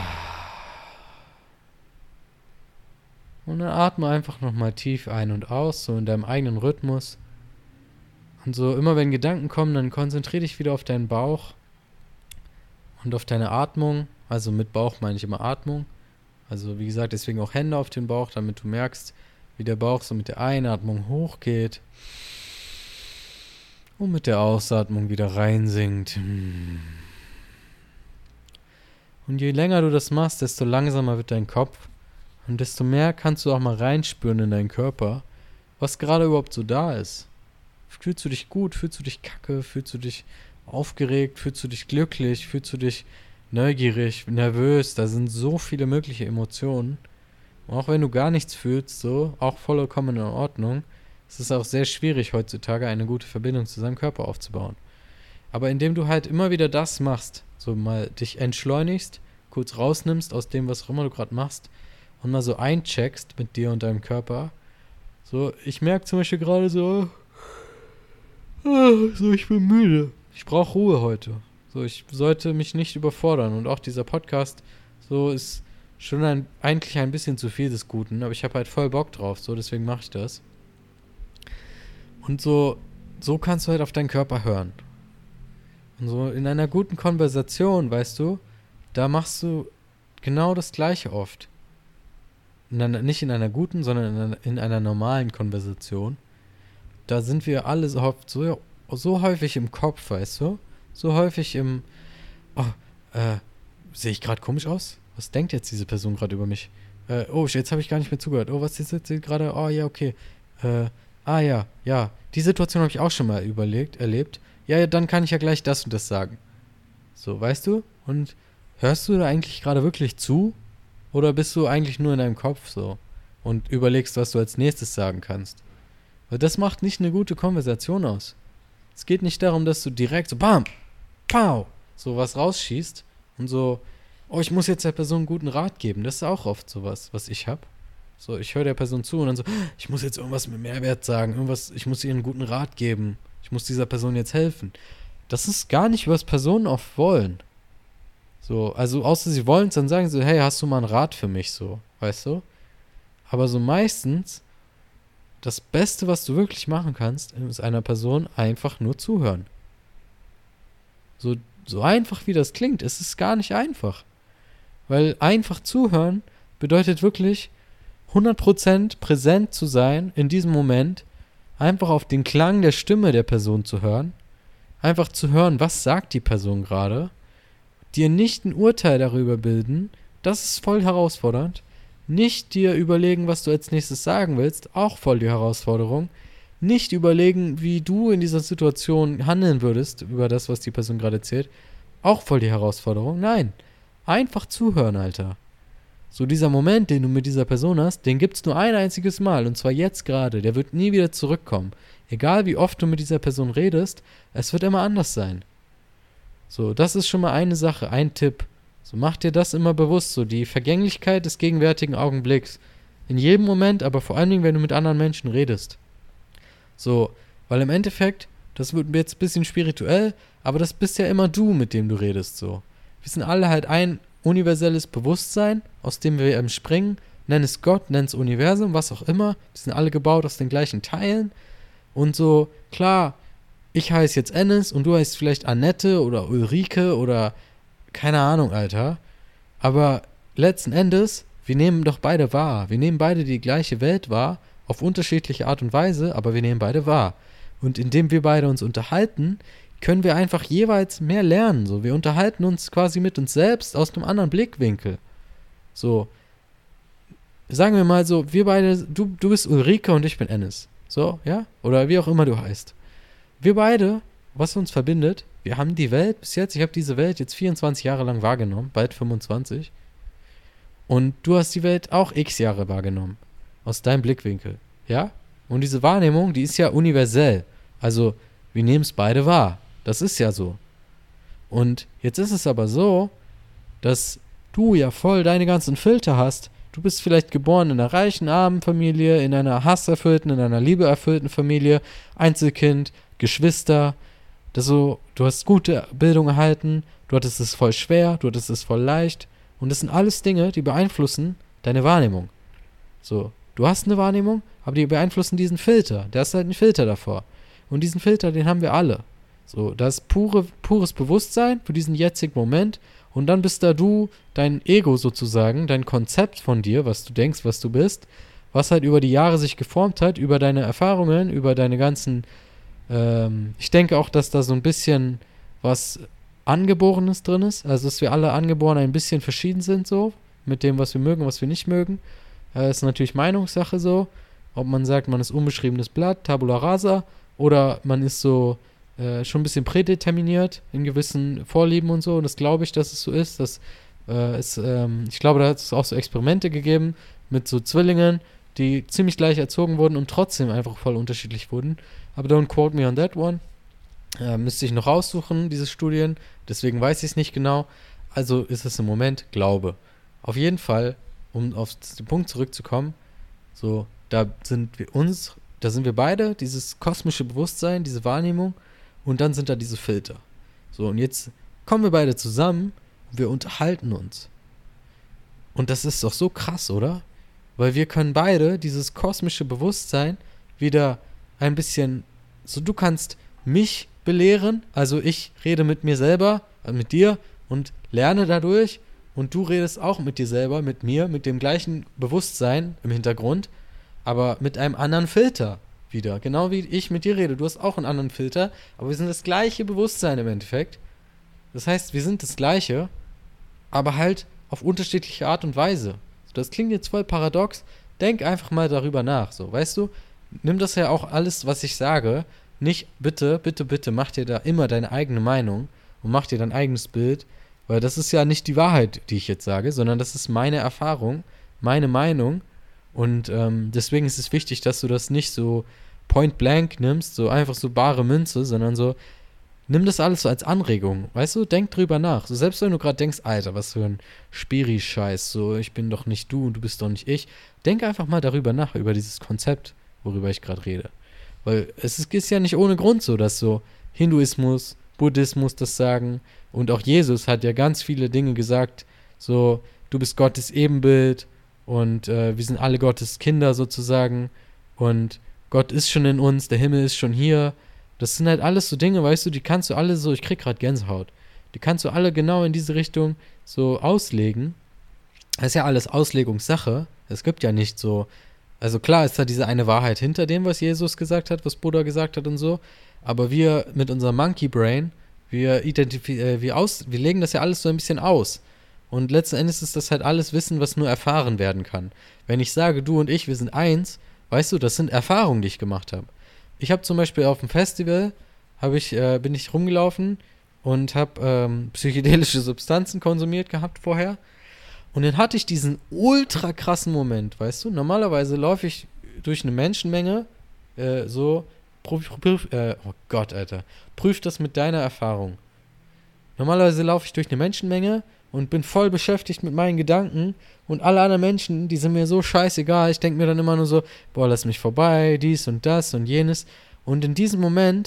Und dann atme einfach nochmal tief ein und aus, so in deinem eigenen Rhythmus. Und so immer wenn Gedanken kommen, dann konzentriere dich wieder auf deinen Bauch und auf deine Atmung. Also mit Bauch meine ich immer Atmung. Also wie gesagt, deswegen auch Hände auf den Bauch, damit du merkst, wie der Bauch so mit der Einatmung hochgeht und mit der Ausatmung wieder reinsinkt. Und je länger du das machst, desto langsamer wird dein Kopf und desto mehr kannst du auch mal reinspüren in deinen Körper, was gerade überhaupt so da ist. Fühlst du dich gut? Fühlst du dich kacke? Fühlst du dich aufgeregt? Fühlst du dich glücklich? Fühlst du dich neugierig, nervös? Da sind so viele mögliche Emotionen. Und auch wenn du gar nichts fühlst, so, auch vollkommen in Ordnung, es ist auch sehr schwierig heutzutage, eine gute Verbindung zu seinem Körper aufzubauen. Aber indem du halt immer wieder das machst, so mal dich entschleunigst, kurz rausnimmst aus dem, was auch immer du gerade machst und mal so eincheckst mit dir und deinem Körper. So, ich merke zum Beispiel gerade so, so, ich bin müde. Ich brauche Ruhe heute. So, ich sollte mich nicht überfordern. Und auch dieser Podcast, so, ist schon ein, eigentlich ein bisschen zu viel des Guten. Aber ich habe halt voll Bock drauf. So, deswegen mache ich das. Und so, so kannst du halt auf deinen Körper hören. Und so in einer guten Konversation, weißt du, da machst du genau das Gleiche oft. In einer, nicht in einer guten, sondern in einer, in einer normalen Konversation. Da sind wir alle so, so, so häufig im Kopf, weißt du? So häufig im, oh, äh, sehe ich gerade komisch aus? Was denkt jetzt diese Person gerade über mich? Äh, oh, jetzt habe ich gar nicht mehr zugehört. Oh, was ist jetzt gerade? Oh, ja, okay. Äh, ah, ja, ja. Die Situation habe ich auch schon mal überlegt, erlebt. Ja, ja, dann kann ich ja gleich das und das sagen. So, weißt du? Und hörst du da eigentlich gerade wirklich zu? Oder bist du eigentlich nur in deinem Kopf so? Und überlegst, was du als nächstes sagen kannst? Weil das macht nicht eine gute Konversation aus. Es geht nicht darum, dass du direkt so bam, pow, so was rausschießt und so, oh, ich muss jetzt der Person einen guten Rat geben. Das ist auch oft sowas, was ich habe. So, ich höre der Person zu und dann so, ich muss jetzt irgendwas mit Mehrwert sagen, irgendwas, ich muss ihr einen guten Rat geben. Ich muss dieser Person jetzt helfen. Das ist gar nicht, was Personen oft wollen. So, also außer sie wollen es, dann sagen sie, hey, hast du mal einen Rat für mich, so, weißt du? Aber so meistens das Beste, was du wirklich machen kannst, ist einer Person einfach nur zuhören. So, so einfach wie das klingt, es ist gar nicht einfach. Weil einfach zuhören bedeutet wirklich hundert Prozent präsent zu sein in diesem Moment, einfach auf den Klang der Stimme der Person zu hören, einfach zu hören, was sagt die Person gerade, dir nicht ein Urteil darüber bilden, das ist voll herausfordernd. Nicht dir überlegen, was du als nächstes sagen willst, auch voll die Herausforderung. Nicht überlegen, wie du in dieser Situation handeln würdest, über das, was die Person gerade erzählt, auch voll die Herausforderung. Nein, einfach zuhören, Alter. So dieser Moment, den du mit dieser Person hast, den gibt's nur ein einziges Mal, und zwar jetzt gerade. Der wird nie wieder zurückkommen. Egal wie oft du mit dieser Person redest, es wird immer anders sein. So, das ist schon mal eine Sache, ein Tipp. So, mach dir das immer bewusst, so die Vergänglichkeit des gegenwärtigen Augenblicks. In jedem Moment, aber vor allen Dingen, wenn du mit anderen Menschen redest. So, weil im Endeffekt, das wird jetzt ein bisschen spirituell, aber das bist ja immer du, mit dem du redest, so. Wir sind alle halt ein universelles Bewusstsein, aus dem wir eben springen, nenn es Gott, nenn es Universum, was auch immer, die sind alle gebaut aus den gleichen Teilen und so, klar, ich heiße jetzt Ennis und du heißt vielleicht Annette oder Ulrike oder keine Ahnung, Alter, aber letzten Endes, wir nehmen doch beide wahr, wir nehmen beide die gleiche Welt wahr, auf unterschiedliche Art und Weise, aber wir nehmen beide wahr. Und indem wir beide uns unterhalten, können wir einfach jeweils mehr lernen. So, wir unterhalten uns quasi mit uns selbst aus einem anderen Blickwinkel. So, sagen wir mal so, wir beide, du, du bist Ulrike und ich bin Ennis. So, ja? Oder wie auch immer du heißt. Wir beide, was uns verbindet, wir haben die Welt bis jetzt, ich habe diese Welt jetzt vierundzwanzig Jahre lang wahrgenommen, bald fünfundzwanzig. Und du hast die Welt auch x Jahre wahrgenommen. Aus deinem Blickwinkel, ja? Und diese Wahrnehmung, die ist ja universell. Also, wir nehmen es beide wahr. Das ist ja so. Und jetzt ist es aber so, dass du ja voll deine ganzen Filter hast. Du bist vielleicht geboren in einer reichen, armen Familie, in einer hasserfüllten, in einer liebeerfüllten Familie, Einzelkind, Geschwister. Das so, du hast gute Bildung erhalten, du hattest es voll schwer, du hattest es voll leicht. Und das sind alles Dinge, die beeinflussen deine Wahrnehmung. So. Du hast eine Wahrnehmung, aber die beeinflussen diesen Filter. Da ist halt ein Filter davor. Und diesen Filter, den haben wir alle. So, da ist pure, pures Bewusstsein für diesen jetzigen Moment. Und dann bist da du, dein Ego sozusagen, dein Konzept von dir, was du denkst, was du bist, was halt über die Jahre sich geformt hat, über deine Erfahrungen, über deine ganzen, ähm, ich denke auch, dass da so ein bisschen was Angeborenes drin ist. Also, dass wir alle angeboren ein bisschen verschieden sind, so, mit dem, was wir mögen, was wir nicht mögen. Das ist natürlich Meinungssache so, ob man sagt, man ist unbeschriebenes Blatt, Tabula rasa, oder man ist so äh, schon ein bisschen prädeterminiert in gewissen Vorlieben und so. Und das glaube ich, dass es so ist. Dass, äh, es, ähm, ich glaube, da hat es auch so Experimente gegeben mit so Zwillingen, die ziemlich gleich erzogen wurden und trotzdem einfach voll unterschiedlich wurden. Aber don't quote me on that one. Äh, müsste ich noch raussuchen, diese Studien. Deswegen weiß ich es nicht genau. Also ist es im Moment Glaube. Auf jeden Fall, um auf den Punkt zurückzukommen, so, da sind wir uns, da sind wir beide, dieses kosmische Bewusstsein, diese Wahrnehmung, und dann sind da diese Filter. So, und jetzt kommen wir beide zusammen und wir unterhalten uns. Und das ist doch so krass, oder? Weil wir können beide dieses kosmische Bewusstsein wieder ein bisschen, so, du kannst mich belehren, also ich rede mit mir selber, mit dir und lerne dadurch. Und du redest auch mit dir selber, mit mir, mit dem gleichen Bewusstsein im Hintergrund, aber mit einem anderen Filter wieder. Genau wie ich mit dir rede. Du hast auch einen anderen Filter, aber wir sind das gleiche Bewusstsein im Endeffekt. Das heißt, wir sind das Gleiche, aber halt auf unterschiedliche Art und Weise. Das klingt jetzt voll paradox. Denk einfach mal darüber nach. So, weißt du, nimm das ja auch alles, was ich sage, nicht bitte, bitte, bitte, mach dir da immer deine eigene Meinung und mach dir dein eigenes Bild. Weil das ist ja nicht die Wahrheit, die ich jetzt sage, sondern das ist meine Erfahrung, meine Meinung. Und ähm, deswegen ist es wichtig, dass du das nicht so point blank nimmst, so einfach so bare Münze, sondern so, nimm das alles so als Anregung, weißt du? Denk drüber nach. So, selbst wenn du gerade denkst, Alter, was für ein Spiri-Scheiß, so, ich bin doch nicht du und du bist doch nicht ich. Denk einfach mal darüber nach, über dieses Konzept, worüber ich gerade rede. Weil es ist, ist ja nicht ohne Grund so, dass so Hinduismus, Buddhismus das sagen. Und auch Jesus hat ja ganz viele Dinge gesagt, so, du bist Gottes Ebenbild und äh, wir sind alle Gottes Kinder sozusagen und Gott ist schon in uns, der Himmel ist schon hier. Das sind halt alles so Dinge, weißt du, die kannst du alle so, ich krieg gerade Gänsehaut, die kannst du alle genau in diese Richtung so auslegen. Das ist ja alles Auslegungssache. Es gibt ja nicht so, also klar ist da diese eine Wahrheit hinter dem, was Jesus gesagt hat, was Buddha gesagt hat und so, aber wir mit unserem Monkey Brain, Wir, identif- äh, wir, aus- wir legen das ja alles so ein bisschen aus. Und letzten Endes ist das halt alles Wissen, was nur erfahren werden kann. Wenn ich sage, du und ich, wir sind eins, weißt du, das sind Erfahrungen, die ich gemacht habe. Ich habe zum Beispiel auf dem Festival, hab ich, äh, bin ich rumgelaufen und habe ähm, psychedelische Substanzen konsumiert gehabt vorher. Und dann hatte ich diesen ultra krassen Moment, weißt du. Normalerweise laufe ich durch eine Menschenmenge, äh, so, prüf, prüf, äh, oh Gott, Alter, prüf das mit deiner Erfahrung. Normalerweise laufe ich durch eine Menschenmenge und bin voll beschäftigt mit meinen Gedanken und alle anderen Menschen, die sind mir so scheißegal. Ich denke mir dann immer nur so, boah, lass mich vorbei, dies und das und jenes. Und in diesem Moment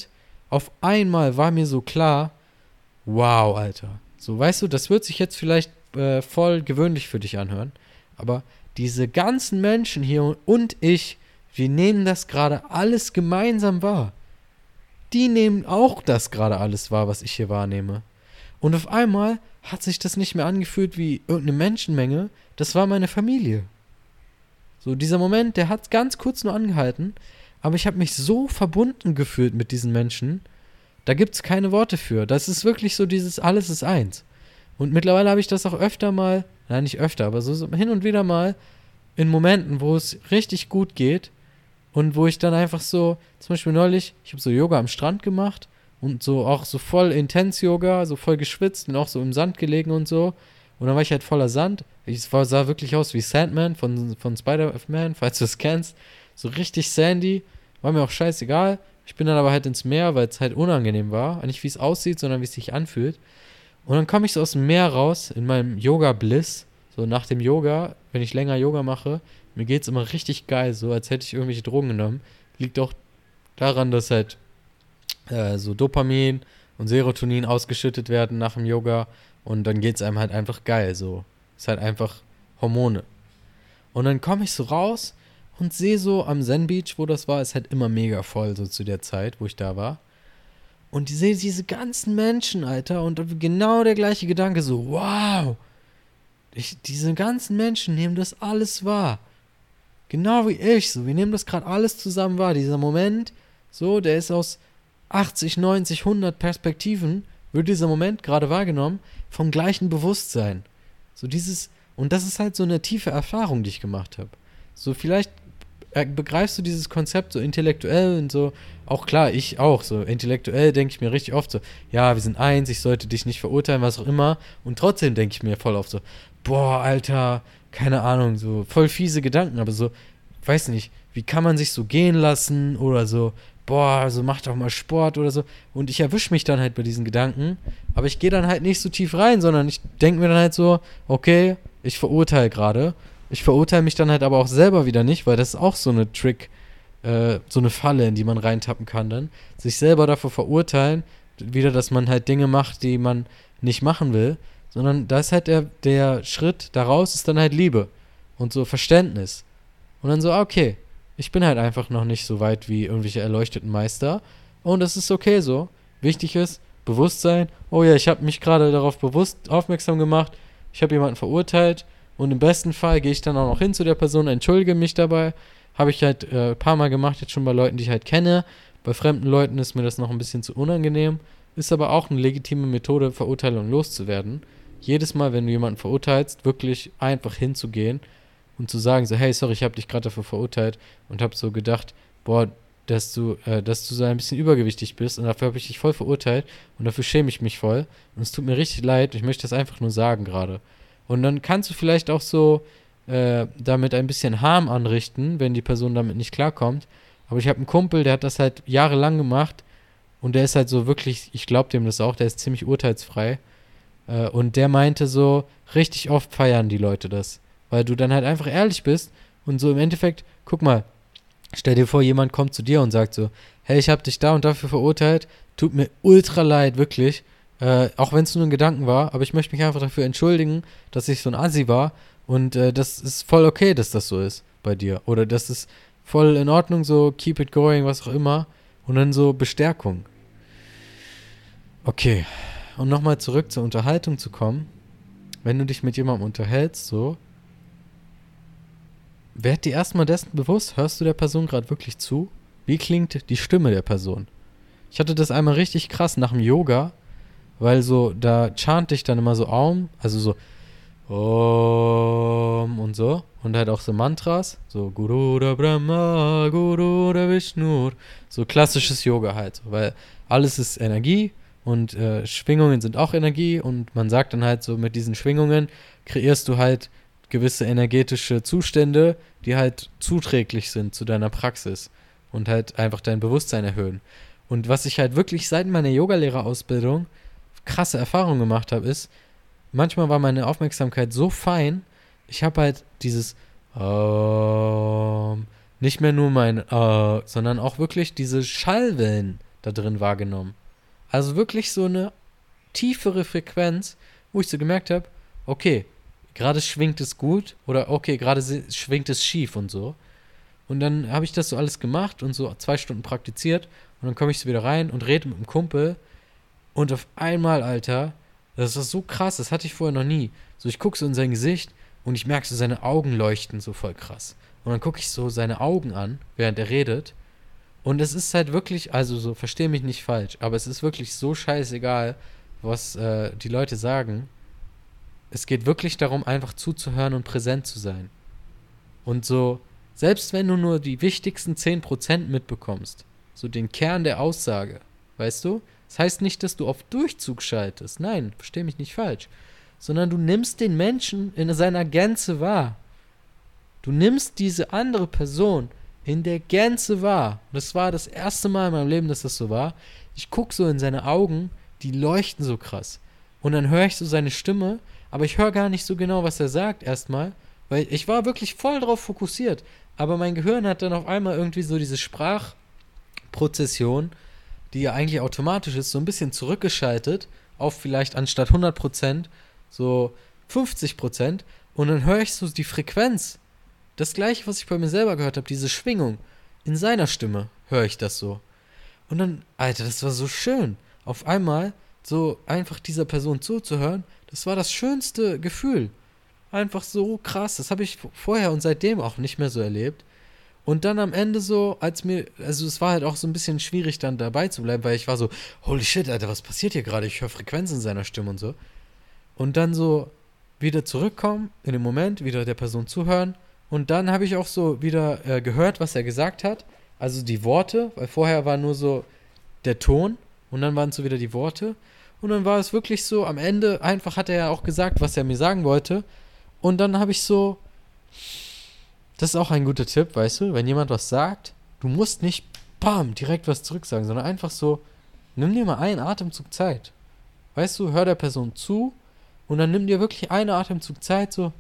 auf einmal war mir so klar, wow, Alter. So, weißt du, das wird sich jetzt vielleicht äh, voll gewöhnlich für dich anhören, aber diese ganzen Menschen hier und ich, wir nehmen das gerade alles gemeinsam wahr. Die nehmen auch das gerade alles wahr, was ich hier wahrnehme. Und auf einmal hat sich das nicht mehr angefühlt wie irgendeine Menschenmenge, das war meine Familie. So, dieser Moment, der hat ganz kurz nur angehalten, aber ich habe mich so verbunden gefühlt mit diesen Menschen, da gibt es keine Worte für. Das ist wirklich so dieses alles ist eins. Und mittlerweile habe ich das auch öfter mal, nein, nicht öfter, aber so, so hin und wieder mal in Momenten, wo es richtig gut geht und wo ich dann einfach so, zum Beispiel neulich, ich habe so Yoga am Strand gemacht und so auch so voll intens Yoga, so voll geschwitzt und auch so im Sand gelegen und so. Und dann war ich halt voller Sand. Ich war, sah wirklich aus wie Sandman von, von Spider-Man, falls du es kennst. So richtig sandy. War mir auch scheißegal. Ich bin dann aber halt ins Meer, weil es halt unangenehm war. Nicht wie es aussieht, sondern wie es sich anfühlt. Und dann komme ich so aus dem Meer raus, in meinem Yoga-Bliss. So nach dem Yoga, wenn ich länger Yoga mache, mir geht's immer richtig geil, so als hätte ich irgendwelche Drogen genommen. Liegt auch daran, dass halt äh, so Dopamin und Serotonin ausgeschüttet werden nach dem Yoga. Und dann geht's einem halt einfach geil, so. Ist halt einfach Hormone. Und dann komme ich so raus und sehe so am Zen Beach, wo das war, ist halt immer mega voll, so zu der Zeit, wo ich da war. Und ich sehe diese ganzen Menschen, Alter, und genau der gleiche Gedanke, so, wow, ich, diese ganzen Menschen nehmen das alles wahr. Genau wie ich, so, wir nehmen das gerade alles zusammen wahr. Dieser Moment, so, der ist aus achtzig, neunzig, hundert Perspektiven, wird dieser Moment gerade wahrgenommen vom gleichen Bewusstsein. So dieses, und das ist halt so eine tiefe Erfahrung, die ich gemacht habe. So vielleicht äh, begreifst du dieses Konzept so intellektuell und so, auch klar, ich auch, so intellektuell denke ich mir richtig oft so, ja, wir sind eins, ich sollte dich nicht verurteilen, was auch immer, und trotzdem denke ich mir voll oft so, boah, Alter, keine Ahnung, so voll fiese Gedanken, aber so, weiß nicht, wie kann man sich so gehen lassen oder so, boah, so mach doch mal Sport oder so. Und ich erwische mich dann halt bei diesen Gedanken, aber ich gehe dann halt nicht so tief rein, sondern ich denke mir dann halt so, okay, ich verurteile gerade. Ich verurteile mich dann halt aber auch selber wieder nicht, weil das ist auch so eine Trick, äh, so eine Falle, in die man reintappen kann dann. Sich selber dafür verurteilen, wieder, dass man halt Dinge macht, die man nicht machen will, sondern da ist halt der, der Schritt daraus ist dann halt Liebe und so Verständnis. Und dann so, okay, ich bin halt einfach noch nicht so weit wie irgendwelche erleuchteten Meister. Und das ist okay so. Wichtig ist, Bewusstsein. Oh ja, ich habe mich gerade darauf bewusst aufmerksam gemacht. Ich habe jemanden verurteilt. Und im besten Fall gehe ich dann auch noch hin zu der Person, entschuldige mich dabei. Habe ich halt äh, ein paar Mal gemacht, jetzt schon bei Leuten, die ich halt kenne. Bei fremden Leuten ist mir das noch ein bisschen zu unangenehm. Ist aber auch eine legitime Methode, Verurteilung loszuwerden. Jedes Mal, wenn du jemanden verurteilst, wirklich einfach hinzugehen und zu sagen so, hey, sorry, ich habe dich gerade dafür verurteilt und habe so gedacht, boah, dass du, äh, dass du so ein bisschen übergewichtig bist und dafür habe ich dich voll verurteilt und dafür schäme ich mich voll und es tut mir richtig leid, ich möchte das einfach nur sagen gerade. Und dann kannst du vielleicht auch so äh, damit ein bisschen Harm anrichten, wenn die Person damit nicht klarkommt. Aber ich habe einen Kumpel, der hat das halt jahrelang gemacht und der ist halt so wirklich, ich glaube dem das auch, der ist ziemlich urteilsfrei. Äh, und der meinte so, richtig oft feiern die Leute das. Weil du dann halt einfach ehrlich bist und so im Endeffekt, guck mal, stell dir vor, jemand kommt zu dir und sagt so, hey, ich habe dich da und dafür verurteilt, tut mir ultra leid, wirklich, äh, auch wenn es nur ein Gedanken war, aber ich möchte mich einfach dafür entschuldigen, dass ich so ein Assi war und äh, das ist voll okay, dass das so ist bei dir. Oder das ist voll in Ordnung, so keep it going, was auch immer. Und dann so Bestärkung. Okay, und nochmal zurück zur Unterhaltung zu kommen. Wenn du dich mit jemandem unterhältst, so, werd dir erstmal dessen bewusst, hörst du der Person gerade wirklich zu? Wie klingt die Stimme der Person? Ich hatte das einmal richtig krass nach dem Yoga, weil so, da chante ich dann immer so Aum, also so Om und so. Und halt auch so Mantras, so Gurura Brahma, Gurura Vishnu, so klassisches Yoga halt, so, weil alles ist Energie und äh, Schwingungen sind auch Energie und man sagt dann halt so, mit diesen Schwingungen kreierst du halt gewisse energetische Zustände, die halt zuträglich sind zu deiner Praxis und halt einfach dein Bewusstsein erhöhen. Und was ich halt wirklich seit meiner Yogalehrerausbildung krasse Erfahrungen gemacht habe, ist, manchmal war meine Aufmerksamkeit so fein, ich habe halt dieses ähm, nicht mehr nur mein äh, sondern auch wirklich diese Schallwellen da drin wahrgenommen. Also wirklich so eine tiefere Frequenz, wo ich so gemerkt habe, okay, gerade schwingt es gut oder okay, gerade schwingt es schief und so. Und dann habe ich das so alles gemacht und so zwei Stunden praktiziert und dann komme ich so wieder rein und rede mit dem Kumpel und auf einmal, Alter, das ist so krass, das hatte ich vorher noch nie. So, ich gucke so in sein Gesicht und ich merke so, seine Augen leuchten so voll krass. Und dann gucke ich so seine Augen an, während er redet. Und es ist halt wirklich, also so, verstehe mich nicht falsch, aber es ist wirklich so scheißegal, was äh, die Leute sagen. Es geht wirklich darum, einfach zuzuhören und präsent zu sein. Und so, selbst wenn du nur die wichtigsten zehn Prozent mitbekommst, so den Kern der Aussage, weißt du? Das heißt nicht, dass du auf Durchzug schaltest. Nein, versteh mich nicht falsch. Sondern du nimmst den Menschen in seiner Gänze wahr. Du nimmst diese andere Person in der Gänze wahr. Das war das erste Mal in meinem Leben, dass das so war. Ich gucke so in seine Augen, die leuchten so krass. Und dann höre ich so seine Stimme, aber ich höre gar nicht so genau, was er sagt erstmal, weil ich war wirklich voll drauf fokussiert. Aber mein Gehirn hat dann auf einmal irgendwie so diese Sprachprozession, die ja eigentlich automatisch ist, so ein bisschen zurückgeschaltet auf vielleicht anstatt hundert Prozent so fünfzig Prozent und dann höre ich so die Frequenz. Das gleiche, was ich bei mir selber gehört habe, diese Schwingung. In seiner Stimme höre ich das so. Und dann, Alter, das war so schön. Auf einmal so einfach dieser Person zuzuhören, das war das schönste Gefühl. Einfach so krass. Das habe ich vorher und seitdem auch nicht mehr so erlebt. Und dann am Ende so, als mir, also es war halt auch so ein bisschen schwierig dann dabei zu bleiben, weil ich war so, holy shit, Alter, was passiert hier gerade? Ich höre Frequenzen in seiner Stimme und so. Und dann so wieder zurückkommen, in dem Moment, wieder der Person zuhören. Und dann habe ich auch so wieder äh, gehört, was er gesagt hat. Also die Worte, weil vorher war nur so der Ton und dann waren es so wieder die Worte. Und dann war es wirklich so, am Ende einfach hat er ja auch gesagt, was er mir sagen wollte. Und dann habe ich so, das ist auch ein guter Tipp, weißt du, wenn jemand was sagt, du musst nicht, bam, direkt was zurücksagen, sondern einfach so, nimm dir mal einen Atemzug Zeit. Weißt du, hör der Person zu und dann nimm dir wirklich einen Atemzug Zeit, so,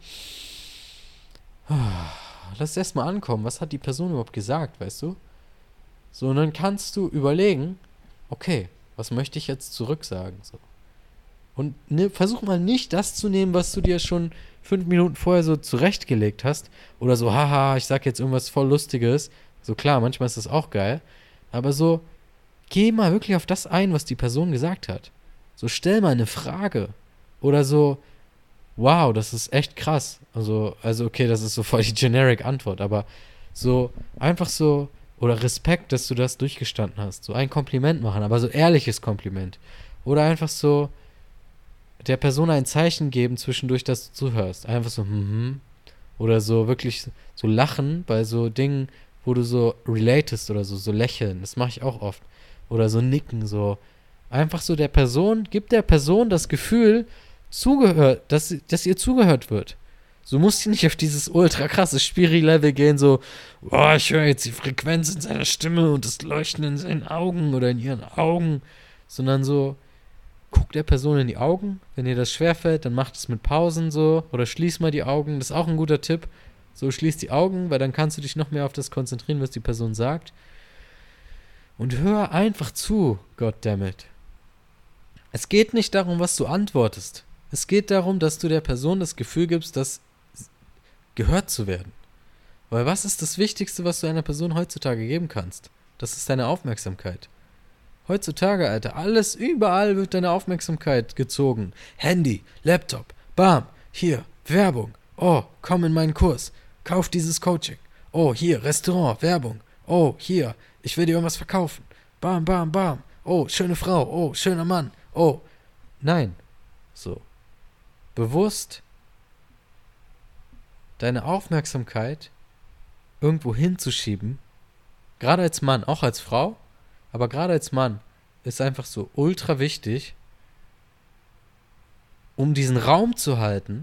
lass erst mal ankommen, was hat die Person überhaupt gesagt, weißt du? So, und dann kannst du überlegen, okay, was möchte ich jetzt zurücksagen, so. Und ne, versuch mal nicht das zu nehmen, was du dir schon fünf Minuten vorher so zurechtgelegt hast. Oder so, haha, ich sag jetzt irgendwas voll Lustiges. So klar, manchmal ist das auch geil. Aber so, geh mal wirklich auf das ein, was die Person gesagt hat. So, stell mal eine Frage. Oder so, wow, das ist echt krass. Also, also okay, das ist so voll die generic Antwort. Aber so, einfach so, oder Respekt, dass du das durchgestanden hast. So ein Kompliment machen, aber so ehrliches Kompliment. Oder einfach so, der Person ein Zeichen geben zwischendurch, dass du zuhörst. Einfach so, mhm. Oder so wirklich so lachen bei so Dingen, wo du so relatest oder so, so lächeln. Das mache ich auch oft. Oder so nicken, so. Einfach so der Person, gib der Person das Gefühl, zugehört, dass, dass ihr zugehört wird. So musst du nicht auf dieses ultra krasse Spiri-Level gehen, so, oh, ich höre jetzt die Frequenz in seiner Stimme und das Leuchten in seinen Augen oder in ihren Augen, sondern so, guck der Person in die Augen. Wenn dir das schwerfällt, dann macht es mit Pausen so. Oder schließ mal die Augen. Das ist auch ein guter Tipp. So, schließ die Augen, weil dann kannst du dich noch mehr auf das konzentrieren, was die Person sagt. Und hör einfach zu, goddammit. Es geht nicht darum, was du antwortest. Es geht darum, dass du der Person das Gefühl gibst, das gehört zu werden. Weil was ist das Wichtigste, was du einer Person heutzutage geben kannst? Das ist deine Aufmerksamkeit. Heutzutage, Alter, alles, überall wird deine Aufmerksamkeit gezogen. Handy, Laptop, bam, hier, Werbung. Oh, komm in meinen Kurs, kauf dieses Coaching. Oh, hier, Restaurant, Werbung. Oh, hier, ich will dir irgendwas verkaufen. Bam, bam, bam. Oh, schöne Frau, oh, schöner Mann. Oh, nein. So. Bewusst deine Aufmerksamkeit irgendwo hinzuschieben, gerade als Mann, auch als Frau, aber gerade als Mann ist einfach so ultra wichtig, um diesen Raum zu halten,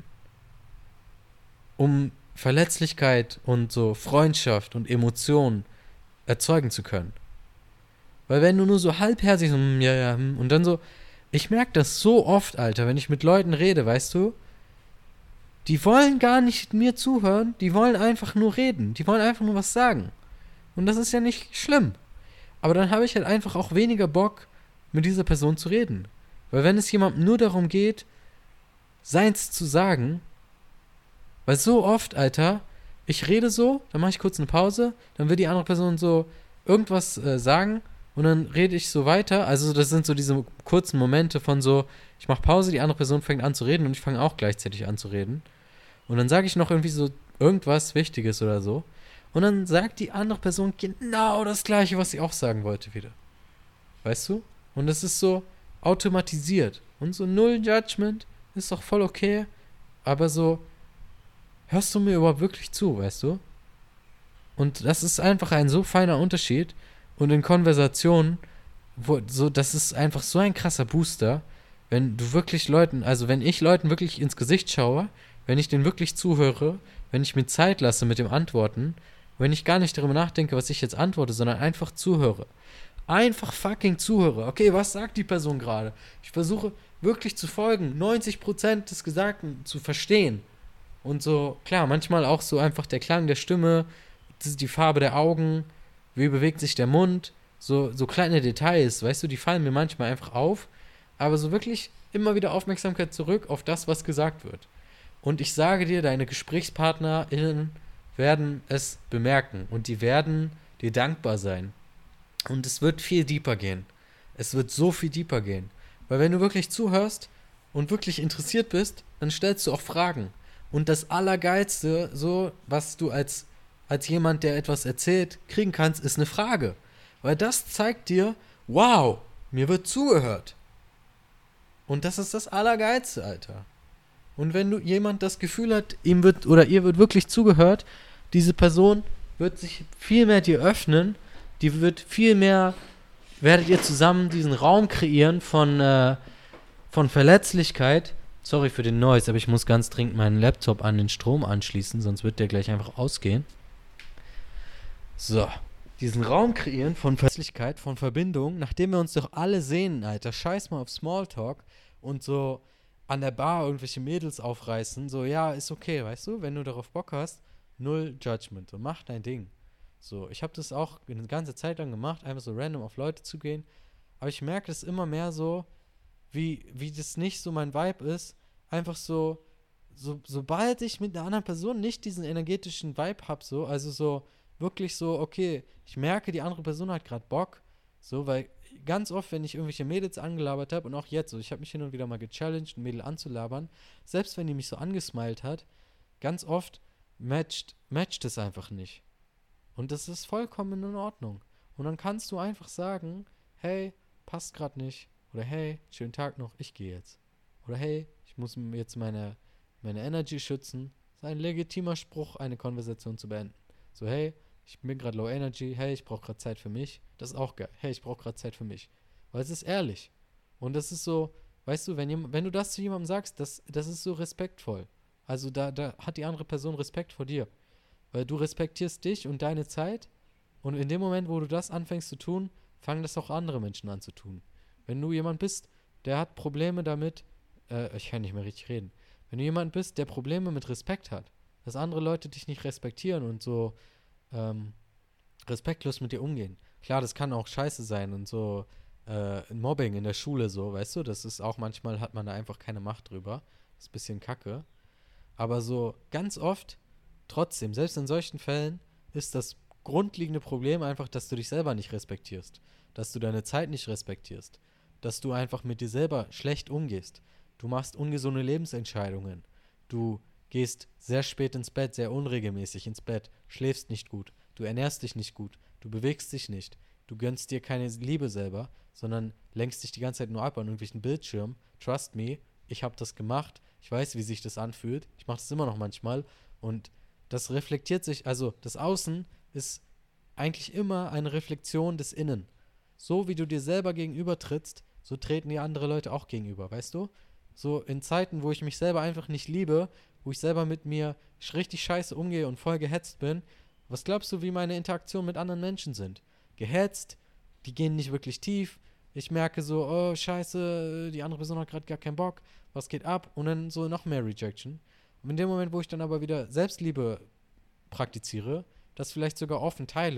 um Verletzlichkeit und so Freundschaft und Emotionen erzeugen zu können. Weil wenn du nur so halbherzig so, ja, ja, und dann so, ich merke das so oft, Alter, wenn ich mit Leuten rede, weißt du, die wollen gar nicht mir zuhören, die wollen einfach nur reden, die wollen einfach nur was sagen. Und das ist ja nicht schlimm. Aber dann habe ich halt einfach auch weniger Bock, mit dieser Person zu reden. Weil wenn es jemandem nur darum geht, seins zu sagen, weil so oft, Alter, ich rede so, dann mache ich kurz eine Pause, dann will die andere Person so irgendwas äh, sagen und dann rede ich so weiter. Also das sind so diese kurzen Momente von so, ich mache Pause, die andere Person fängt an zu reden und ich fange auch gleichzeitig an zu reden. Und dann sage ich noch irgendwie so irgendwas Wichtiges oder so. Und dann sagt die andere Person genau das Gleiche, was sie auch sagen wollte wieder. Weißt du? Und es ist so automatisiert. Und so null Judgment ist doch voll okay. Aber so, hörst du mir überhaupt wirklich zu, weißt du? Und das ist einfach ein so feiner Unterschied. Und in Konversationen, wo, so, das ist einfach so ein krasser Booster, wenn du wirklich Leuten, also wenn ich Leuten wirklich ins Gesicht schaue, wenn ich denen wirklich zuhöre, wenn ich mir Zeit lasse mit dem Antworten, wenn ich gar nicht darüber nachdenke, was ich jetzt antworte, sondern einfach zuhöre. Einfach fucking zuhöre. Okay, was sagt die Person gerade? Ich versuche wirklich zu folgen, neunzig Prozent des Gesagten zu verstehen. Und so, klar, manchmal auch so einfach der Klang der Stimme, die Farbe der Augen, wie bewegt sich der Mund, so, so kleine Details, weißt du, die fallen mir manchmal einfach auf, aber so wirklich immer wieder Aufmerksamkeit zurück auf das, was gesagt wird. Und ich sage dir, deine GesprächspartnerInnen werden es bemerken und die werden dir dankbar sein. Und es wird viel deeper gehen. Es wird so viel deeper gehen. Weil wenn du wirklich zuhörst und wirklich interessiert bist, dann stellst du auch Fragen. Und das Allergeilste, so, was du als, als jemand, der etwas erzählt, kriegen kannst, ist eine Frage. Weil das zeigt dir, wow, mir wird zugehört. Und das ist das Allergeilste, Alter. Und wenn du jemand das Gefühl hat, ihm wird oder ihr wird wirklich zugehört, diese Person wird sich viel mehr dir öffnen, die wird viel mehr, werdet ihr zusammen diesen Raum kreieren von, äh, von Verletzlichkeit. Sorry für den Noise, aber ich muss ganz dringend meinen Laptop an den Strom anschließen, sonst wird der gleich einfach ausgehen. So, diesen Raum kreieren von Verletzlichkeit, von Verbindung, nachdem wir uns doch alle sehen, Alter, scheiß mal auf Smalltalk und so an der Bar irgendwelche Mädels aufreißen, so, ja, ist okay, weißt du, wenn du darauf Bock hast, null Judgment, so, mach dein Ding. So, ich habe das auch eine ganze Zeit lang gemacht, einfach so random auf Leute zu gehen, aber ich merke es immer mehr so, wie, wie das nicht so mein Vibe ist, einfach so, so, sobald ich mit einer anderen Person nicht diesen energetischen Vibe habe, so, also so, wirklich so, okay, ich merke, die andere Person hat gerade Bock, so, weil ganz oft, wenn ich irgendwelche Mädels angelabert habe und auch jetzt, so, ich habe mich hin und wieder mal gechallenged, ein Mädel anzulabern, selbst wenn die mich so angesmiled hat, ganz oft matcht, matcht es einfach nicht. Und das ist vollkommen in Ordnung. Und dann kannst du einfach sagen, hey, passt gerade nicht. Oder hey, schönen Tag noch, ich gehe jetzt. Oder hey, ich muss jetzt meine, meine Energy schützen. Das ist ein legitimer Spruch, eine Konversation zu beenden. So, hey, ich bin gerade low energy, hey, ich brauche gerade Zeit für mich. Das ist auch geil. Hey, ich brauche gerade Zeit für mich. Weil es ist ehrlich. Und das ist so, weißt du, wenn, jem- wenn du das zu jemandem sagst, das, das ist so respektvoll. Also da, da hat die andere Person Respekt vor dir. Weil du respektierst dich und deine Zeit. Und in dem Moment, wo du das anfängst zu tun, fangen das auch andere Menschen an zu tun. Wenn du jemand bist, der hat Probleme damit, äh, ich kann nicht mehr richtig reden. Wenn du jemand bist, der Probleme mit Respekt hat, dass andere Leute dich nicht respektieren und so ähm, respektlos mit dir umgehen. Klar, das kann auch scheiße sein und so äh, Mobbing in der Schule so, weißt du, das ist auch manchmal hat man da einfach keine Macht drüber. Das ist ein bisschen kacke. Aber so ganz oft, trotzdem, selbst in solchen Fällen, ist das grundlegende Problem einfach, dass du dich selber nicht respektierst. Dass du deine Zeit nicht respektierst. Dass du einfach mit dir selber schlecht umgehst. Du machst ungesunde Lebensentscheidungen. Du gehst sehr spät ins Bett, sehr unregelmäßig ins Bett, schläfst nicht gut, du ernährst dich nicht gut, du bewegst dich nicht, du gönnst dir keine Liebe selber, sondern lenkst dich die ganze Zeit nur ab an irgendwelchen Bildschirmen. Trust me, ich habe das gemacht, ich weiß, wie sich das anfühlt, ich mache das immer noch manchmal und das reflektiert sich, also das Außen ist eigentlich immer eine Reflexion des Innen. So wie du dir selber gegenüber trittst, so treten dir andere Leute auch gegenüber, weißt du? So in Zeiten, wo ich mich selber einfach nicht liebe, wo ich selber mit mir richtig scheiße umgehe und voll gehetzt bin, was glaubst du, wie meine Interaktionen mit anderen Menschen sind? Gehetzt, die gehen nicht wirklich tief, ich merke so, oh scheiße, die andere Person hat gerade gar keinen Bock, was geht ab? Und dann so noch mehr Rejection. Und in dem Moment, wo ich dann aber wieder Selbstliebe praktiziere, das vielleicht sogar offen teile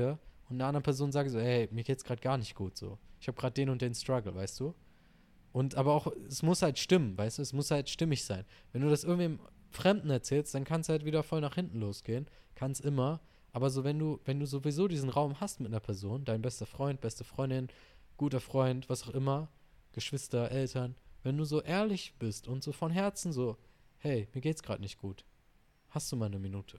und einer anderen Person sage so, hey, mir geht's gerade gar nicht gut so. Ich habe gerade den und den Struggle, weißt du? Und aber auch, es muss halt stimmen, weißt du? Es muss halt stimmig sein. Wenn du das irgendwem Fremden erzählst, dann kann es halt wieder voll nach hinten losgehen. Kann es immer. Aber so, wenn du, wenn du sowieso diesen Raum hast mit einer Person, dein bester Freund, beste Freundin, guter Freund, was auch immer, Geschwister, Eltern, wenn du so ehrlich bist und so von Herzen so, hey, mir geht's gerade nicht gut. Hast du mal eine Minute?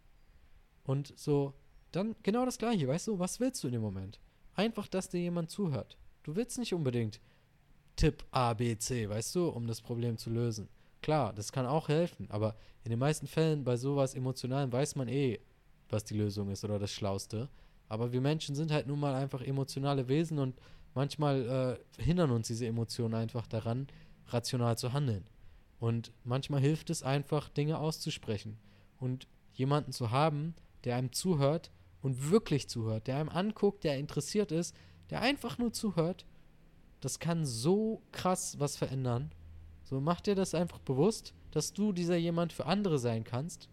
Und so, dann genau das Gleiche, weißt du, was willst du in dem Moment? Einfach, dass dir jemand zuhört. Du willst nicht unbedingt Tipp A, B, C, weißt du, um das Problem zu lösen. Klar, das kann auch helfen, aber in den meisten Fällen bei sowas Emotionalem weiß man eh, was die Lösung ist oder das Schlauste. Aber wir Menschen sind halt nun mal einfach emotionale Wesen und manchmal äh, hindern uns diese Emotionen einfach daran, rational zu handeln. Und manchmal hilft es einfach, Dinge auszusprechen. Und jemanden zu haben, der einem zuhört und wirklich zuhört, der einem anguckt, der interessiert ist, der einfach nur zuhört, das kann so krass was verändern. So, mach dir das einfach bewusst, dass du dieser jemand für andere sein kannst.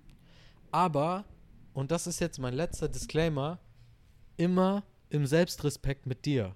Aber, und das ist jetzt mein letzter Disclaimer, immer im Selbstrespekt mit dir.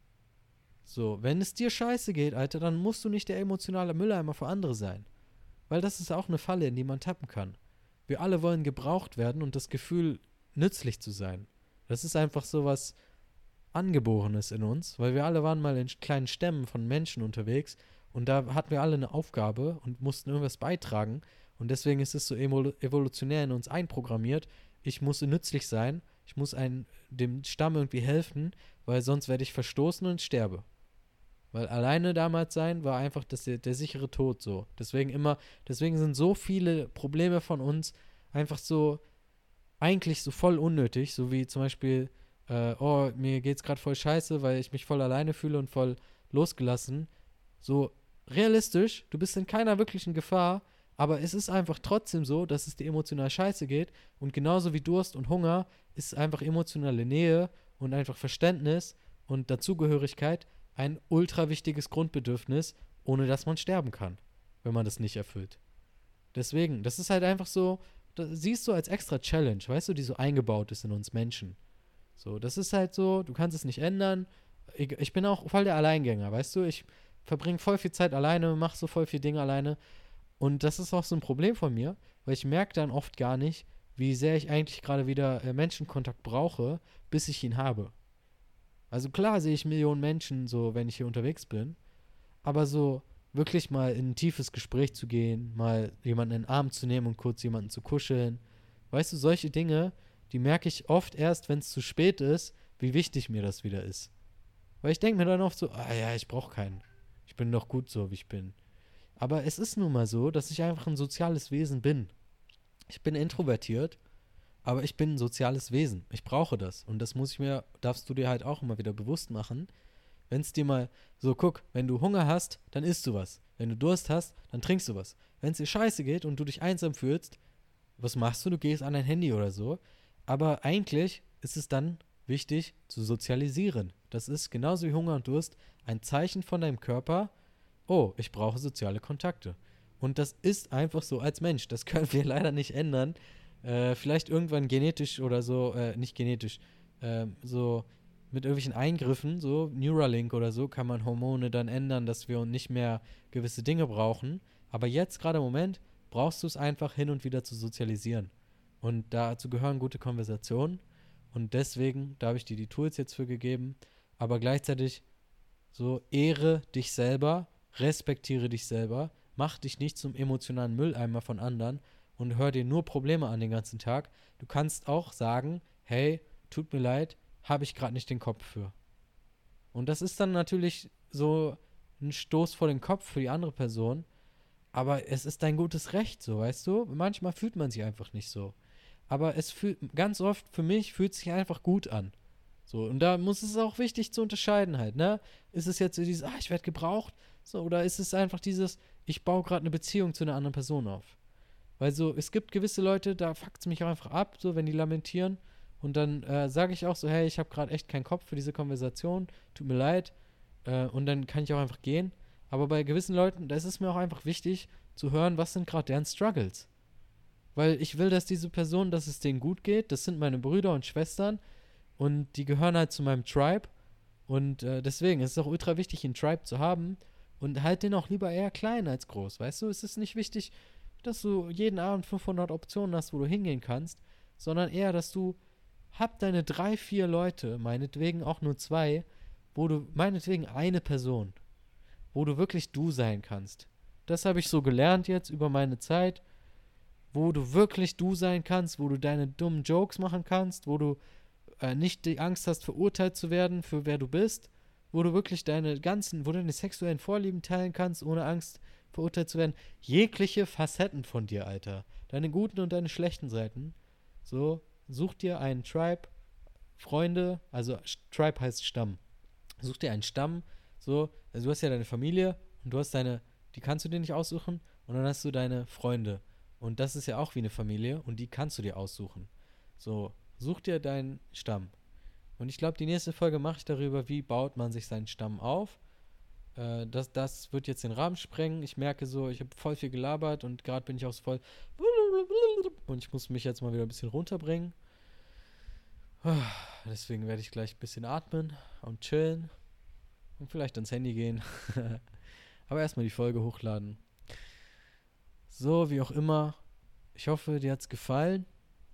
So, wenn es dir scheiße geht, Alter, dann musst du nicht der emotionale Mülleimer für andere sein. Weil das ist auch eine Falle, in die man tappen kann. Wir alle wollen gebraucht werden und das Gefühl, nützlich zu sein. Das ist einfach so was Angeborenes in uns, weil wir alle waren mal in kleinen Stämmen von Menschen unterwegs und da hatten wir alle eine Aufgabe und mussten irgendwas beitragen und deswegen ist es so evolutionär in uns einprogrammiert, ich muss nützlich sein, ich muss ein, dem Stamm irgendwie helfen, weil sonst werde ich verstoßen und sterbe. Weil alleine damals sein war einfach das, der, der sichere Tod so. Deswegen immer, deswegen sind so viele Probleme von uns einfach so eigentlich so voll unnötig, so wie zum Beispiel, äh, oh, mir geht's gerade voll scheiße, weil ich mich voll alleine fühle und voll losgelassen. So realistisch, du bist in keiner wirklichen Gefahr, aber es ist einfach trotzdem so, dass es dir emotional scheiße geht und genauso wie Durst und Hunger ist einfach emotionale Nähe und einfach Verständnis und Dazugehörigkeit ein ultra wichtiges Grundbedürfnis, ohne dass man sterben kann, wenn man das nicht erfüllt. Deswegen, das ist halt einfach so, das siehst du als extra Challenge, weißt du, die so eingebaut ist in uns Menschen. So, das ist halt so, du kannst es nicht ändern. Ich, ich bin auch voll der Alleingänger, weißt du, ich verbringe voll viel Zeit alleine, mache so voll viel Dinge alleine und das ist auch so ein Problem von mir, weil ich merke dann oft gar nicht, wie sehr ich eigentlich gerade wieder äh, Menschenkontakt brauche, bis ich ihn habe. Also klar sehe ich Millionen Menschen, so wenn ich hier unterwegs bin, aber so wirklich mal in ein tiefes Gespräch zu gehen, mal jemanden in den Arm zu nehmen und kurz jemanden zu kuscheln, weißt du, solche Dinge, die merke ich oft erst, wenn es zu spät ist, wie wichtig mir das wieder ist. Weil ich denke mir dann oft so, ah ja, ich brauche keinen. Ich bin doch gut so, wie ich bin. Aber es ist nun mal so, dass ich einfach ein soziales Wesen bin. Ich bin introvertiert, aber ich bin ein soziales Wesen. Ich brauche das. Und das muss ich mir, darfst du dir halt auch immer wieder bewusst machen. Wenn es dir mal so, guck, wenn du Hunger hast, dann isst du was. Wenn du Durst hast, dann trinkst du was. Wenn es dir scheiße geht und du dich einsam fühlst, was machst du? Du gehst an dein Handy oder so. Aber eigentlich ist es dann wichtig zu sozialisieren. Das ist genauso wie Hunger und Durst ein Zeichen von deinem Körper, oh, ich brauche soziale Kontakte. Und das ist einfach so als Mensch. Das können wir leider nicht ändern. Äh, vielleicht irgendwann genetisch oder so, äh, nicht genetisch, äh, so mit irgendwelchen Eingriffen, so Neuralink oder so, kann man Hormone dann ändern, dass wir nicht mehr gewisse Dinge brauchen. Aber jetzt gerade im Moment brauchst du es einfach hin und wieder zu sozialisieren. Und dazu gehören gute Konversationen. Und deswegen, da habe ich dir die Tools jetzt für gegeben, aber gleichzeitig so ehre dich selber, respektiere dich selber, mach dich nicht zum emotionalen Mülleimer von anderen und hör dir nur Probleme an den ganzen Tag. Du kannst auch sagen, hey, tut mir leid, habe ich gerade nicht den Kopf für. Und das ist dann natürlich so ein Stoß vor den Kopf für die andere Person, aber es ist dein gutes Recht, so, weißt du? Manchmal fühlt man sich einfach nicht so. Aber es fühlt, ganz oft für mich fühlt es sich einfach gut an. So, und da muss es auch wichtig zu unterscheiden halt, ne? Ist es jetzt so dieses, ah, ich werde gebraucht, so, oder ist es einfach dieses, ich baue gerade eine Beziehung zu einer anderen Person auf? Weil so, es gibt gewisse Leute, da fuckt es mich auch einfach ab, so, wenn die lamentieren. Und dann äh, sage ich auch so, hey, ich habe gerade echt keinen Kopf für diese Konversation, tut mir leid. Äh, und dann kann ich auch einfach gehen. Aber bei gewissen Leuten, da ist es mir auch einfach wichtig zu hören, was sind gerade deren Struggles. Weil ich will, dass diese Personen, dass es denen gut geht, das sind meine Brüder und Schwestern. und die gehören halt zu meinem Tribe und äh, deswegen ist es auch ultra wichtig, einen Tribe zu haben und halt den auch lieber eher klein als groß, weißt du? Es ist nicht wichtig, dass du jeden Abend fünfhundert Optionen hast, wo du hingehen kannst, sondern eher, dass du hab deine drei, vier Leute, meinetwegen auch nur zwei, wo du, meinetwegen eine Person, wo du wirklich du sein kannst. Das habe ich so gelernt jetzt über meine Zeit, wo du wirklich du sein kannst, wo du deine dummen Jokes machen kannst, wo du äh, nicht die Angst hast, verurteilt zu werden für wer du bist, wo du wirklich deine ganzen, wo du deine sexuellen Vorlieben teilen kannst, ohne Angst verurteilt zu werden. Jegliche Facetten von dir, Alter. Deine guten und deine schlechten Seiten. So, such dir einen Tribe, Freunde, also Tribe heißt Stamm. Such dir einen Stamm, so, also du hast ja deine Familie und du hast deine, die kannst du dir nicht aussuchen und dann hast du deine Freunde. Und das ist ja auch wie eine Familie und die kannst du dir aussuchen. So, such dir deinen Stamm. Und ich glaube, die nächste Folge mache ich darüber, wie baut man sich seinen Stamm auf. Äh, das, das wird jetzt den Rahmen sprengen. Ich merke so, ich habe voll viel gelabert und gerade bin ich auch so voll und ich muss mich jetzt mal wieder ein bisschen runterbringen. Deswegen werde ich gleich ein bisschen atmen und chillen und vielleicht ans Handy gehen. Aber erstmal die Folge hochladen. So, wie auch immer. Ich hoffe, dir hat's gefallen.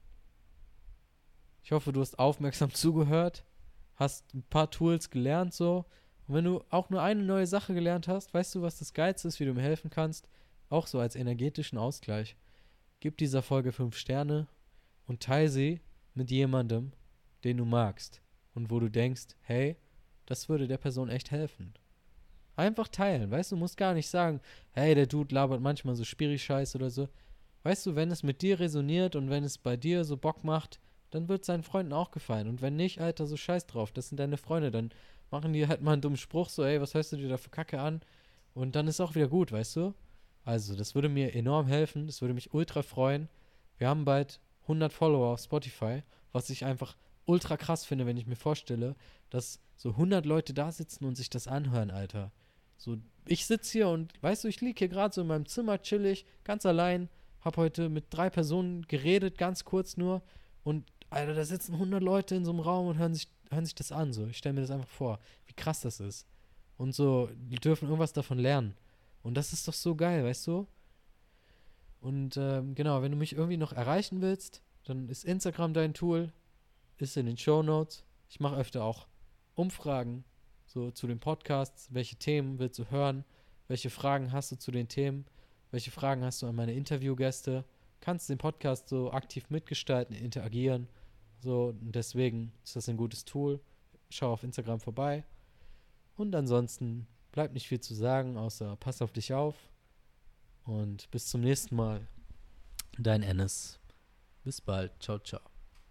Ich hoffe, du hast aufmerksam zugehört, hast ein paar Tools gelernt so. Und wenn du auch nur eine neue Sache gelernt hast, weißt du, was das Geilste ist, wie du mir helfen kannst? Auch so als energetischen Ausgleich. Gib dieser Folge fünf Sterne und teile sie mit jemandem, den du magst und wo du denkst, hey, das würde der Person echt helfen. Einfach teilen, weißt du, musst gar nicht sagen, hey, der Dude labert manchmal so Spiri-Scheiß oder so. Weißt du, wenn es mit dir resoniert und wenn es bei dir so Bock macht, dann wird es seinen Freunden auch gefallen. Und wenn nicht, Alter, so scheiß drauf, das sind deine Freunde, dann machen die halt mal einen dummen Spruch, so, ey, was hörst du dir da für Kacke an? Und dann ist auch wieder gut, weißt du? Also, das würde mir enorm helfen, das würde mich ultra freuen. Wir haben bald hundert Follower auf Spotify, was ich einfach ultra krass finde, wenn ich mir vorstelle, dass so hundert Leute da sitzen und sich das anhören, Alter. So, ich sitze hier und, weißt du, ich liege hier gerade so in meinem Zimmer chillig, ganz allein, hab heute mit drei Personen geredet, ganz kurz nur und, Alter, da sitzen hundert Leute in so einem Raum und hören sich, hören sich das an, so. Ich stelle mir das einfach vor, wie krass das ist. Und so, die dürfen irgendwas davon lernen. Und das ist doch so geil, weißt du? Und ähm, genau, wenn du mich irgendwie noch erreichen willst, dann ist Instagram dein Tool, ist in den Shownotes. Ich mache öfter auch Umfragen so zu den Podcasts. Welche Themen willst du hören? Welche Fragen hast du zu den Themen? Welche Fragen hast du an meine Interviewgäste? Kannst den Podcast so aktiv mitgestalten, interagieren. So, und deswegen ist das ein gutes Tool. Schau auf Instagram vorbei. Und ansonsten bleibt nicht viel zu sagen, außer pass auf dich auf. Und bis zum nächsten Mal. Dein Ennis. Bis bald. Ciao, ciao.